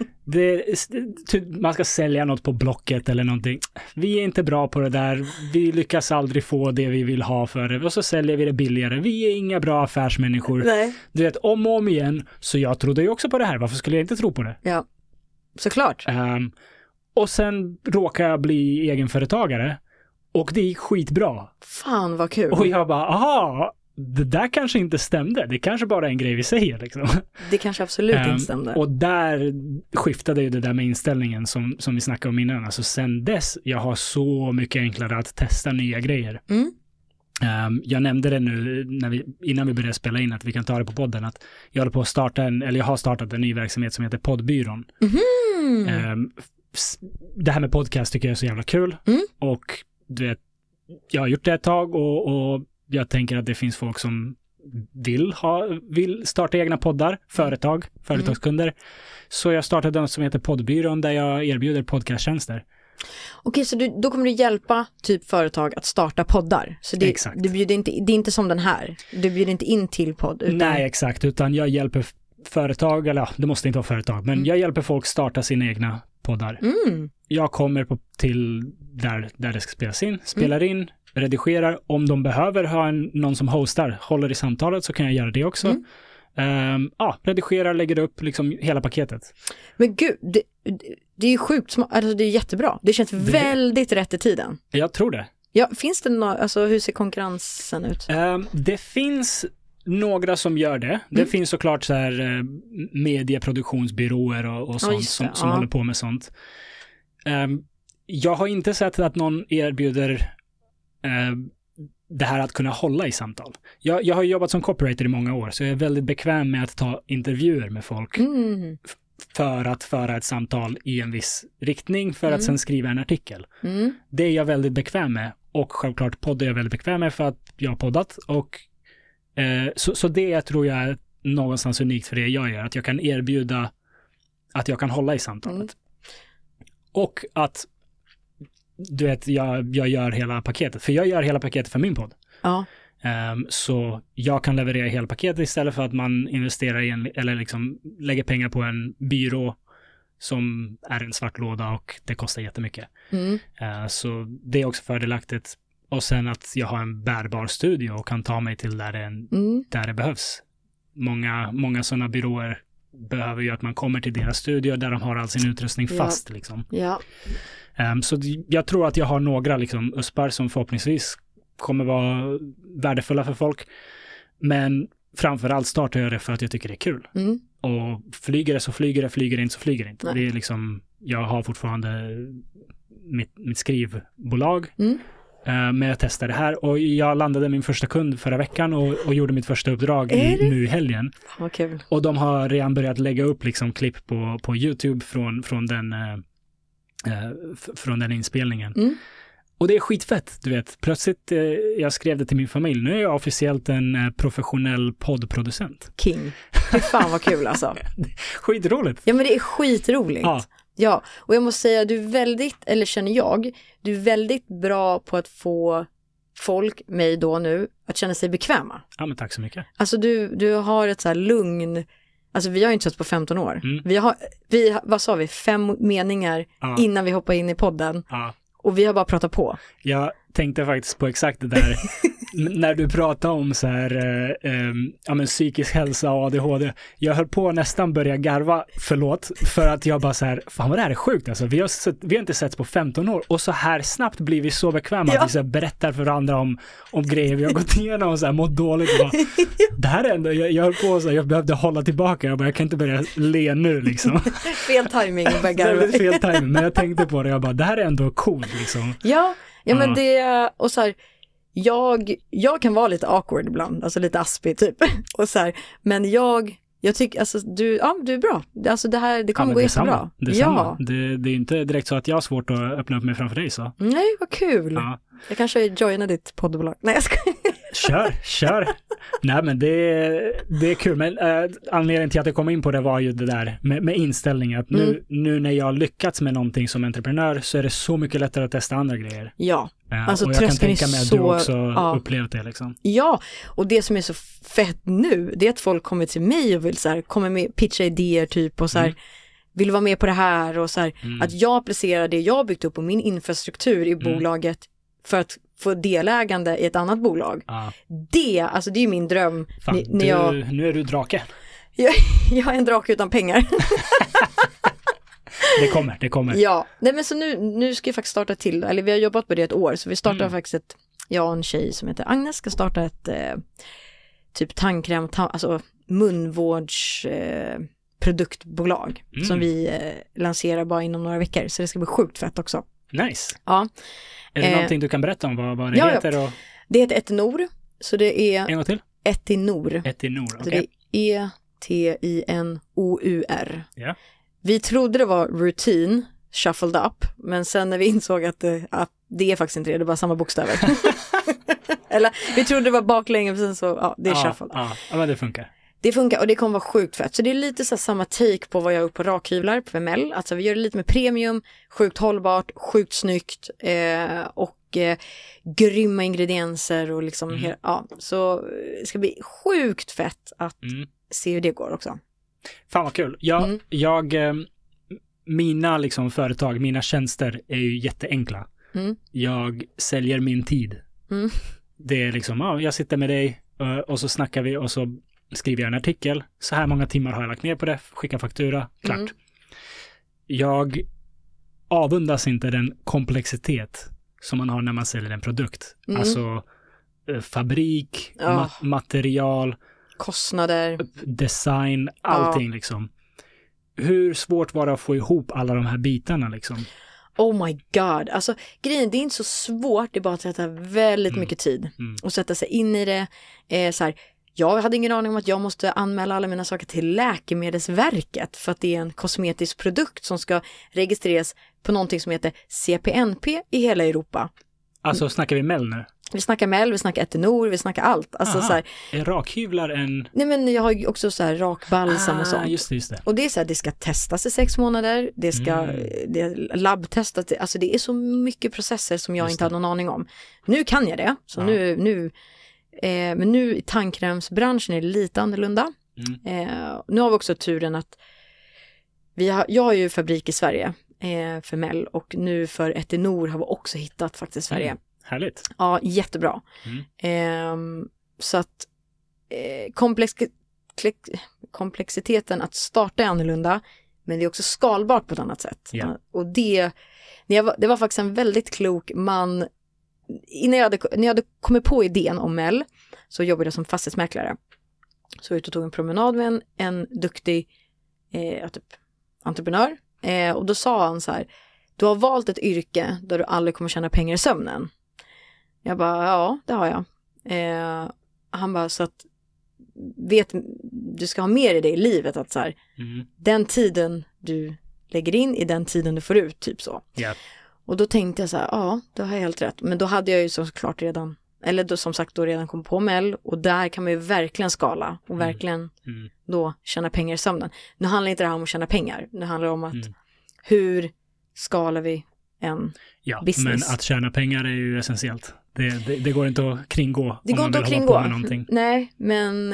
[SPEAKER 1] Man ska sälja något på Blocket eller någonting. Vi är inte bra på det där. Vi lyckas aldrig få det vi vill ha för det. Och så säljer vi det billigare. Vi är inga bra affärsmänniskor.
[SPEAKER 2] Nej.
[SPEAKER 1] Du vet, om och om igen. Så jag trodde ju också på det här. Varför skulle jag inte tro på det?
[SPEAKER 2] Ja, såklart.
[SPEAKER 1] Och sen råkar jag bli egenföretagare. Och det gick skitbra.
[SPEAKER 2] Fan vad kul.
[SPEAKER 1] Och jag bara, aha, det där kanske inte stämde. Det kanske bara är en grej vi säger liksom.
[SPEAKER 2] Det kanske absolut inte stämde.
[SPEAKER 1] Och där skiftade ju det där med inställningen som vi snackade om innan. Alltså sen dess, jag har så mycket enklare att testa nya grejer. Jag nämnde det nu innan vi började spela in, att vi kan ta det på podden, att jag håller på att jag har startat en ny verksamhet som heter Poddbyrån. Det här med podcast tycker jag är så jävla kul. Och du vet, jag har gjort det ett tag och jag tänker att det finns folk som vill starta egna poddar, företagskunder. Så jag startade den som heter Poddbyrån, där jag erbjuder podcasttjänster.
[SPEAKER 2] Okej, så då kommer du hjälpa typ företag att starta poddar. Så det är inte som den här. Du bjuder inte in till podd.
[SPEAKER 1] Nej, exakt. Utan jag hjälper företag, eller det måste inte vara företag, men jag hjälper folk starta sina egna poddar. Jag kommer till där det ska spelas in, spelar in, redigerar. Om de behöver ha någon som hostar, håller i samtalet, så kan jag göra det också. Redigerar, lägger upp liksom hela paketet.
[SPEAKER 2] Men gud, det är ju sjukt smart, alltså det är jättebra. Det känns väldigt rätt i tiden.
[SPEAKER 1] Jag tror det.
[SPEAKER 2] Ja, finns det hur ser konkurrensen ut?
[SPEAKER 1] Det finns några som gör det. Det finns såklart så här medieproduktionsbyråer och sånt som håller på med sånt. Jag har inte sett att någon erbjuder det här att kunna hålla i samtal. Jag har jobbat som copywriter i många år, så jag är väldigt bekväm med att ta intervjuer med folk för att föra ett samtal i en viss riktning, för att sen skriva en artikel. Det är jag väldigt bekväm med, och självklart podd är jag väldigt bekväm med för att jag har poddat, och så det tror jag är någonstans unikt för det jag gör, att jag kan erbjuda att jag kan hålla i samtalet. Och att du vet, jag gör hela paketet. För jag gör hela paketet för min podd.
[SPEAKER 2] Ja.
[SPEAKER 1] Så jag kan leverera hela paketet istället för att man investerar i eller liksom lägger pengar på en byrå som är en svart låda och det kostar jättemycket. Så det är också fördelaktigt. Och sen att jag har en bärbar studio och kan ta mig till där det behövs. Många sådana byråer behöver ju att man kommer till deras studio där de har all sin utrustning fast. Liksom.
[SPEAKER 2] Ja.
[SPEAKER 1] Så jag tror att jag har några liksom uspar som förhoppningsvis kommer vara värdefulla för folk. Men framförallt startar jag det för att jag tycker det är kul. Och flyger det så flyger det, flyger det inte så flyger det inte. Nej. Det är liksom, jag har fortfarande mitt skrivbolag. Men jag testar det här och jag landade min första kund förra veckan och gjorde mitt första uppdrag nu i helgen.
[SPEAKER 2] Vad kul.
[SPEAKER 1] Och de har redan börjat lägga upp liksom klipp på YouTube från den inspelningen. Och det är skitfett, du vet. Plötsligt, jag skrev det till min familj. Nu är jag officiellt en professionell poddproducent.
[SPEAKER 2] King. Fy fan vad kul alltså.
[SPEAKER 1] Skitroligt.
[SPEAKER 2] Ja, men det är skitroligt. Ja, och jag måste säga, du är väldigt bra på att få folk, mig då nu, att känna sig bekväma.
[SPEAKER 1] Ja, men tack så mycket.
[SPEAKER 2] Alltså du har ett så här lugn. Alltså vi har ju inte sett på 15 år. Vad sa vi? 5 meningar innan vi hoppar in i podden. Och vi har bara pratat på. Jag
[SPEAKER 1] tänkte faktiskt på exakt det där. När du pratade om så här, psykisk hälsa och ADHD. Jag höll på att nästan börja garva, för att jag bara så här, fan vad det här är sjukt alltså. Vi har inte sett på 15 år och så här snabbt blir vi så bekväma att vi så här berättar för andra om grejer vi har gått igenom och så här mått dåligt. Och bara, det här är ändå, jag höll på så här, jag behövde hålla tillbaka. Jag kan inte börja le nu liksom.
[SPEAKER 2] Fel timing att börja garva.
[SPEAKER 1] Väldigt fel timing, men jag tänkte på det, jag bara, det här är ändå coolt liksom.
[SPEAKER 2] Ja men det, och så här, jag kan vara lite awkward ibland, alltså lite aspig typ, och så här, men jag tycker, alltså du är bra, alltså det kommer gå jättebra.
[SPEAKER 1] Detsamma. Det är inte direkt så att jag har svårt att öppna upp mig framför dig så.
[SPEAKER 2] Nej, vad kul. Jag kanske joinar ditt poddbolag. Nej, jag ska.
[SPEAKER 1] Kör. Nej, men det är kul. Men anledningen till att jag kom in på det var ju det där med inställningen. Att nu när jag har lyckats med någonting som entreprenör så är det så mycket lättare att testa andra grejer.
[SPEAKER 2] Ja. Alltså,
[SPEAKER 1] och jag kan tänka mig att du också upplevt det liksom. Ja,
[SPEAKER 2] och det som är så fett nu, det är att folk kommer till mig och vill så här, kommer med pitcha idéer typ och så här, vill vara med på det här och så här, att jag applicerar det jag har byggt upp och min infrastruktur i bolaget för att få delägande i ett annat bolag. Det är ju min dröm.
[SPEAKER 1] Fan, nu är du drake.
[SPEAKER 2] Jag är en drake utan pengar.
[SPEAKER 1] Det kommer.
[SPEAKER 2] Ja, nej, men så nu ska jag faktiskt starta till, eller vi har jobbat på det ett år, så vi startar faktiskt jag och en tjej som heter Agnes ska starta ett typ tandkräm, alltså munvårds produktbolag som vi lanserar bara inom några veckor, så det ska bli sjukt fett också.
[SPEAKER 1] Nice.
[SPEAKER 2] Ja.
[SPEAKER 1] Är det någonting du kan berätta om vad det heter? Och...
[SPEAKER 2] Det heter Etinor, så det är...
[SPEAKER 1] En gång till?
[SPEAKER 2] Etinor.
[SPEAKER 1] Etinor, okej.
[SPEAKER 2] Så det är ETINOUR.
[SPEAKER 1] Ja.
[SPEAKER 2] Vi trodde det var routine, shuffled up, men sen när vi insåg att det är faktiskt inte det är bara samma bokstäver. Eller vi trodde det var baklänges, sen så, det är shuffled.
[SPEAKER 1] Ja, men det funkar.
[SPEAKER 2] Det funkar och det kommer vara sjukt fett. Så det är lite så samma take på vad jag har gjort på rakhyvlar på Vemell. Alltså vi gör det lite med premium, sjukt hållbart, sjukt snyggt och grymma ingredienser och liksom, så det ska bli sjukt fett att se hur det går också.
[SPEAKER 1] Fan vad kul. Mina liksom företag, mina tjänster är ju jätteenkla. Jag säljer min tid. Det är liksom, jag sitter med dig och så snackar vi och så skriver jag en artikel. Så här många timmar har jag lagt ner på det. Skickar faktura. Klart. Jag avundas inte den komplexitet som man har när man säljer en produkt. Alltså fabrik, material,
[SPEAKER 2] kostnader,
[SPEAKER 1] design, allting liksom. Hur svårt var det att få ihop alla de här bitarna liksom?
[SPEAKER 2] Oh my god. Alltså grejen, det är inte så svårt. Det är bara att sätta väldigt mycket tid och sätta sig in i det. Så här, jag hade ingen aning om att jag måste anmäla alla mina saker till Läkemedelsverket för att det är en kosmetisk produkt som ska registreras på någonting som heter CPNP i hela Europa.
[SPEAKER 1] Alltså snackar vi Mell nu?
[SPEAKER 2] Vi snackar Mell, vi snackar Etinor, vi snackar allt. Alltså, så här,
[SPEAKER 1] är rakhyvlar en...
[SPEAKER 2] Nej men jag har ju också så här rakbalsam och sånt.
[SPEAKER 1] Just det.
[SPEAKER 2] Och det är så här, det ska testas i 6 månader, det ska labbtestas, alltså det är så mycket processer som jag inte hade någon aning om. Nu kan jag det, så men nu i tandkrämsbranschen är det lite annorlunda. Nu har vi också turen att jag har ju fabrik i Sverige för Mell och nu för Etinor har vi också hittat faktiskt Sverige.
[SPEAKER 1] Härligt.
[SPEAKER 2] Ja, jättebra. Så att komplexiteten att starta är annorlunda, men det är också skalbart på ett annat sätt.
[SPEAKER 1] Yeah.
[SPEAKER 2] Och det var faktiskt en väldigt klok man. När jag hade kommit på idén om Mell så jobbade jag som fastighetsmäklare. Så jag ut och tog en promenad med en duktig entreprenör. Och då sa han så här: du har valt ett yrke där du aldrig kommer tjäna pengar i sömnen. Jag bara, ja, det har jag. Han bara, så att du ska ha mer i det i livet, att så här, den tiden du lägger in i den tiden du får ut, typ så.
[SPEAKER 1] Yeah.
[SPEAKER 2] Och då tänkte jag så här, ja, då har jag helt rätt. Men då hade jag ju såklart redan kommit på Mell, och där kan man ju verkligen skala och verkligen då tjäna pengar i sömnen. Nu handlar inte det här om att tjäna pengar. Nu handlar det om att hur skalar vi en business.
[SPEAKER 1] Men att tjäna pengar är ju essentiellt. Det går inte att kringgå.
[SPEAKER 2] Det går inte att kringgå. Nej, men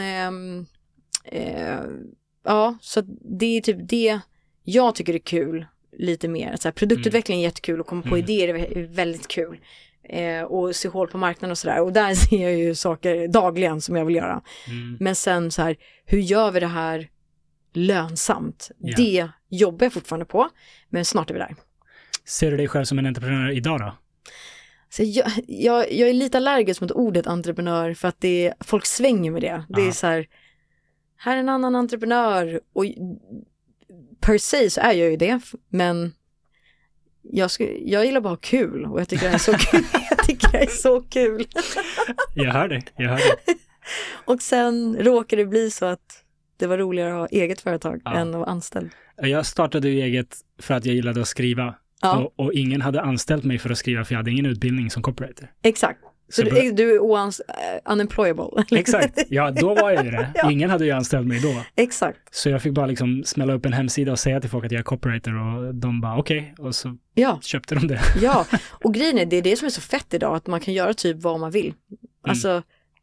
[SPEAKER 2] så det är typ det jag tycker är kul lite mer. Så här, produktutveckling är jättekul och komma på idéer är väldigt kul. Och se hål på marknaden och sådär. Och där ser jag ju saker dagligen som jag vill göra. Men sen så här, hur gör vi det här lönsamt? Yeah. Det jobbar jag fortfarande på, men snart är vi där.
[SPEAKER 1] Ser du dig själv som en entreprenör idag då?
[SPEAKER 2] Så jag är lite allergisk mot ordet entreprenör för att folk svänger med det. Det är så här är en annan entreprenör, och per se så är jag ju det, men jag gillar bara att ha kul, och jag tycker det är så kul.
[SPEAKER 1] Jag hör det.
[SPEAKER 2] Och sen råkar det bli så att det var roligare att ha eget företag än att vara anställd. Jag
[SPEAKER 1] startade ju eget för att jag gillade att skriva. Och ingen hade anställt mig för att skriva, för jag hade ingen utbildning som copywriter.
[SPEAKER 2] Exakt. Så du är unemployable.
[SPEAKER 1] Exakt. Ja, då var jag ju det. Ingen hade ju anställt mig då.
[SPEAKER 2] Exakt.
[SPEAKER 1] Så jag fick bara liksom smälla upp en hemsida och säga till folk att jag är copywriter, och de bara okej. Och så köpte de det.
[SPEAKER 2] Ja, och grejen är, det är det som är så fett idag, att man kan göra typ vad man vill. Alltså,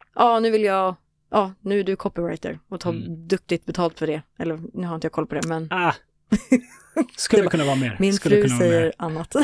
[SPEAKER 2] nu är du copywriter och ta duktigt betalt för det. Eller nu har inte jag koll på det, men...
[SPEAKER 1] Skulle kunna vara mer.
[SPEAKER 2] Min fru säger annat.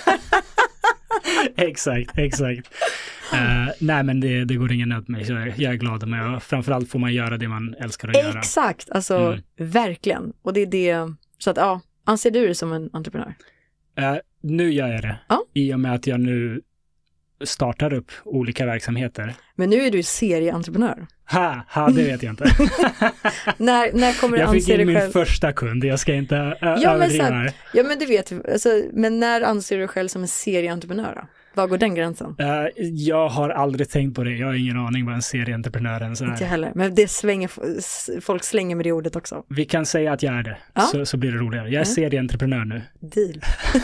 [SPEAKER 1] Exakt. Nej, men det går ingen nöd på mig, så jag är glad. Men framförallt får man göra det man älskar att göra.
[SPEAKER 2] Exakt, alltså verkligen. Och det är det, så att anser du dig som en entreprenör?
[SPEAKER 1] Nu gör jag det. I och med att jag nu startar upp olika verksamheter.
[SPEAKER 2] Men nu är du serieentreprenör.
[SPEAKER 1] Det vet jag inte.
[SPEAKER 2] när kommer du
[SPEAKER 1] jag
[SPEAKER 2] anse dig själv?
[SPEAKER 1] Jag fick in min första kund, jag ska inte överdriva här.
[SPEAKER 2] Ja, men du vet, alltså, men när anser du dig själv som en serieentreprenör då? Var går den gränsen?
[SPEAKER 1] Jag har aldrig tänkt på det. Jag har ingen aning vad en serieentreprenör är.
[SPEAKER 2] Inte heller, men folk slänger med det ordet också.
[SPEAKER 1] Vi kan säga att jag är det, så blir det roligare. Jag är serieentreprenör nu.
[SPEAKER 2] Deal.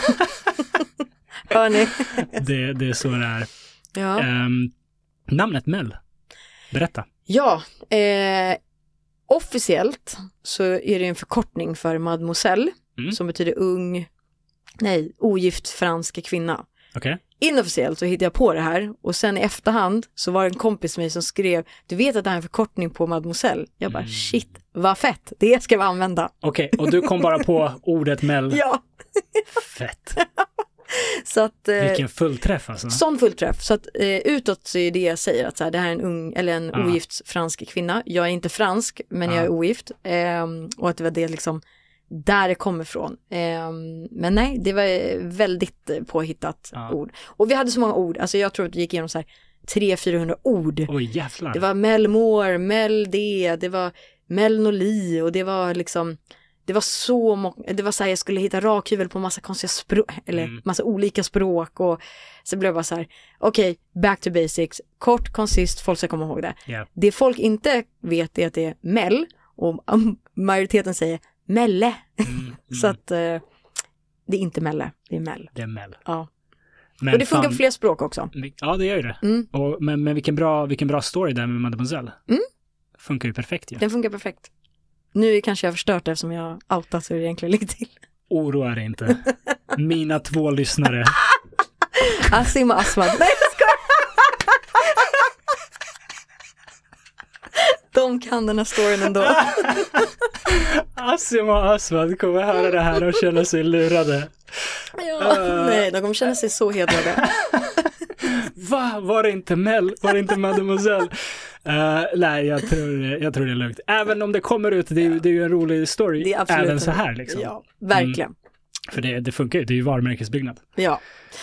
[SPEAKER 2] Hörni.
[SPEAKER 1] Det är så det är.
[SPEAKER 2] Ja.
[SPEAKER 1] Namnet Mel. Berätta.
[SPEAKER 2] Ja, officiellt så är det en förkortning för mademoiselle, som betyder ogift fransk kvinna.
[SPEAKER 1] Okay.
[SPEAKER 2] Inofficiellt så hittade jag på det här och sen i efterhand så var det en kompis med mig som skrev, du vet att det här är en förkortning på mademoiselle. Jag bara, shit, vad fett, det ska vi använda.
[SPEAKER 1] Okej, och du kom bara på ordet Mel.
[SPEAKER 2] Ja.
[SPEAKER 1] Fett.
[SPEAKER 2] Så att,
[SPEAKER 1] vilken fullträff alltså.
[SPEAKER 2] Sån fullträff. Så att utåt så är det jag säger att så här, det här är en ogift fransk kvinna. Jag är inte fransk, men jag är ogift. Och att det var det liksom där det kommer ifrån. Men nej, det var väldigt påhittat ord. Och vi hade så många ord. Alltså jag tror att det gick igenom så här 300-400 ord.
[SPEAKER 1] Oj, jävlar.
[SPEAKER 2] Det var Melmore, Mel det var Melnoli och det var liksom... Det var det var så här, jag skulle hitta rakhyvel på massa konstiga språk, eller massa olika språk, och så blev det bara så här, okej, back to basics, kort, koncist, folk ska komma ihåg det.
[SPEAKER 1] Yeah.
[SPEAKER 2] Det folk inte vet är att det är Mel, och majoriteten säger Melle. Så att det är inte Melle, det är Mel.
[SPEAKER 1] Det är Mel.
[SPEAKER 2] Ja. Men och det funkar på fler språk också.
[SPEAKER 1] Ja, det gör ju det. Men vilken bra story där med mademoiselle. Funkar ju perfekt ju.
[SPEAKER 2] Den funkar perfekt. Nu kanske jag har förstört det eftersom jag outat så det egentligen ligger till.
[SPEAKER 1] Oroa dig inte. Mina 2 lyssnare.
[SPEAKER 2] Asim och Aswad. Nej, jag skojar. De kan den här storyn ändå.
[SPEAKER 1] Asim och Aswad kommer höra det här och känna sig lurade.
[SPEAKER 2] Ja, nej, de kommer känna sig så hedrade.
[SPEAKER 1] Va? Var det inte Mel? Var det inte mademoiselle? Nej, jag tror det är lugnt. Även om det kommer ut, det är ju en rolig story. Det är absolut även så här liksom.
[SPEAKER 2] Ja, verkligen.
[SPEAKER 1] För det funkar ju, det är ju varumärkesbyggnad.
[SPEAKER 2] Ja.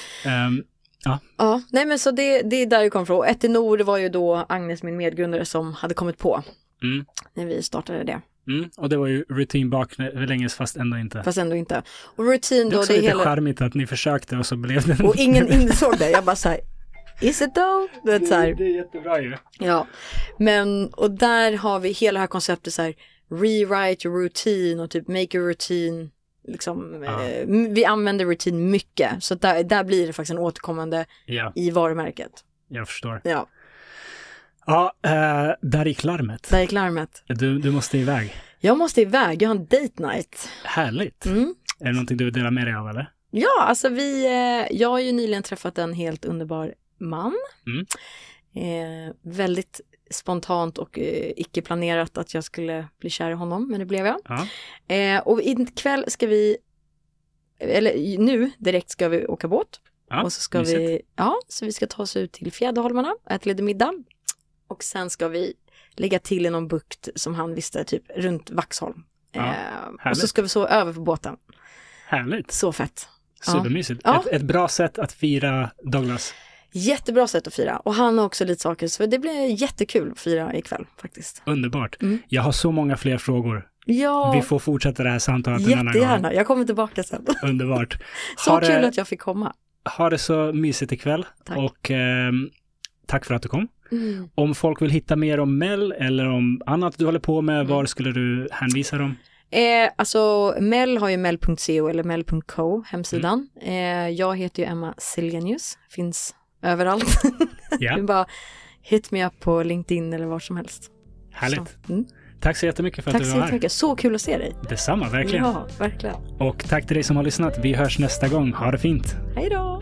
[SPEAKER 2] Ja, nej men så det är där det kom från. Etenor var ju då Agnes, min medgrundare, som hade kommit på när vi startade det.
[SPEAKER 1] Och det var ju rutin bak länge, fast ändå inte.
[SPEAKER 2] Och rutin då,
[SPEAKER 1] det är lite charmigt att ni försökte och så blev det.
[SPEAKER 2] Och ingen insåg det. Jag bara så här, is it though? Det är
[SPEAKER 1] jättebra ju.
[SPEAKER 2] Ja, men och där har vi hela det här konceptet så här, rewrite your routine och typ make a routine liksom, vi använder rutin mycket, så där blir det faktiskt en återkommande i varumärket.
[SPEAKER 1] Jag förstår.
[SPEAKER 2] Ja.
[SPEAKER 1] Ja, där gick larmet. Du måste iväg.
[SPEAKER 2] Jag måste iväg, jag har en date night.
[SPEAKER 1] Härligt. Är det någonting du vill dela med dig av eller? Ja,
[SPEAKER 2] alltså jag har ju nyligen träffat en helt underbar man. Väldigt spontant och icke planerat att jag skulle bli kär i honom, men det blev jag. Och ikväll ska vi, eller nu direkt ska vi åka båt. Och så ska så vi ska ta oss ut till Fjäderholmarna, äta lite middag. Och sen ska vi lägga till i någon bukt som han visste, typ runt Vaxholm. Och så ska vi så över på båten.
[SPEAKER 1] Härligt.
[SPEAKER 2] Så fett.
[SPEAKER 1] Supermysigt. Ett bra sätt att fira Douglas.
[SPEAKER 2] Jättebra sätt att fira. Och han har också lite saker, så det blir jättekul att fira ikväll faktiskt.
[SPEAKER 1] Underbart. Jag har så många fler frågor.
[SPEAKER 2] Ja.
[SPEAKER 1] Vi får fortsätta det här samtalet en annan gång.
[SPEAKER 2] Jättegärna, jag kommer tillbaka sen.
[SPEAKER 1] Underbart.
[SPEAKER 2] Så kul att jag fick komma.
[SPEAKER 1] Ha det så mysigt ikväll. Tack. Och tack för att du kom. Om folk vill hitta mer om Mel eller om annat du håller på med, var skulle du hänvisa dem?
[SPEAKER 2] Alltså Mel har ju mel.co eller mel.co hemsidan. Jag heter ju Emma Selenius, finns överallt. Du bara hit me up på LinkedIn eller var som helst.
[SPEAKER 1] Härligt. Tack så jättemycket för att du var här. Tack så jättemycket,
[SPEAKER 2] så kul att se dig.
[SPEAKER 1] Detsamma, verkligen.
[SPEAKER 2] Ja, verkligen.
[SPEAKER 1] Och tack till dig som har lyssnat. Vi hörs nästa gång. Ha det fint.
[SPEAKER 2] Hej då.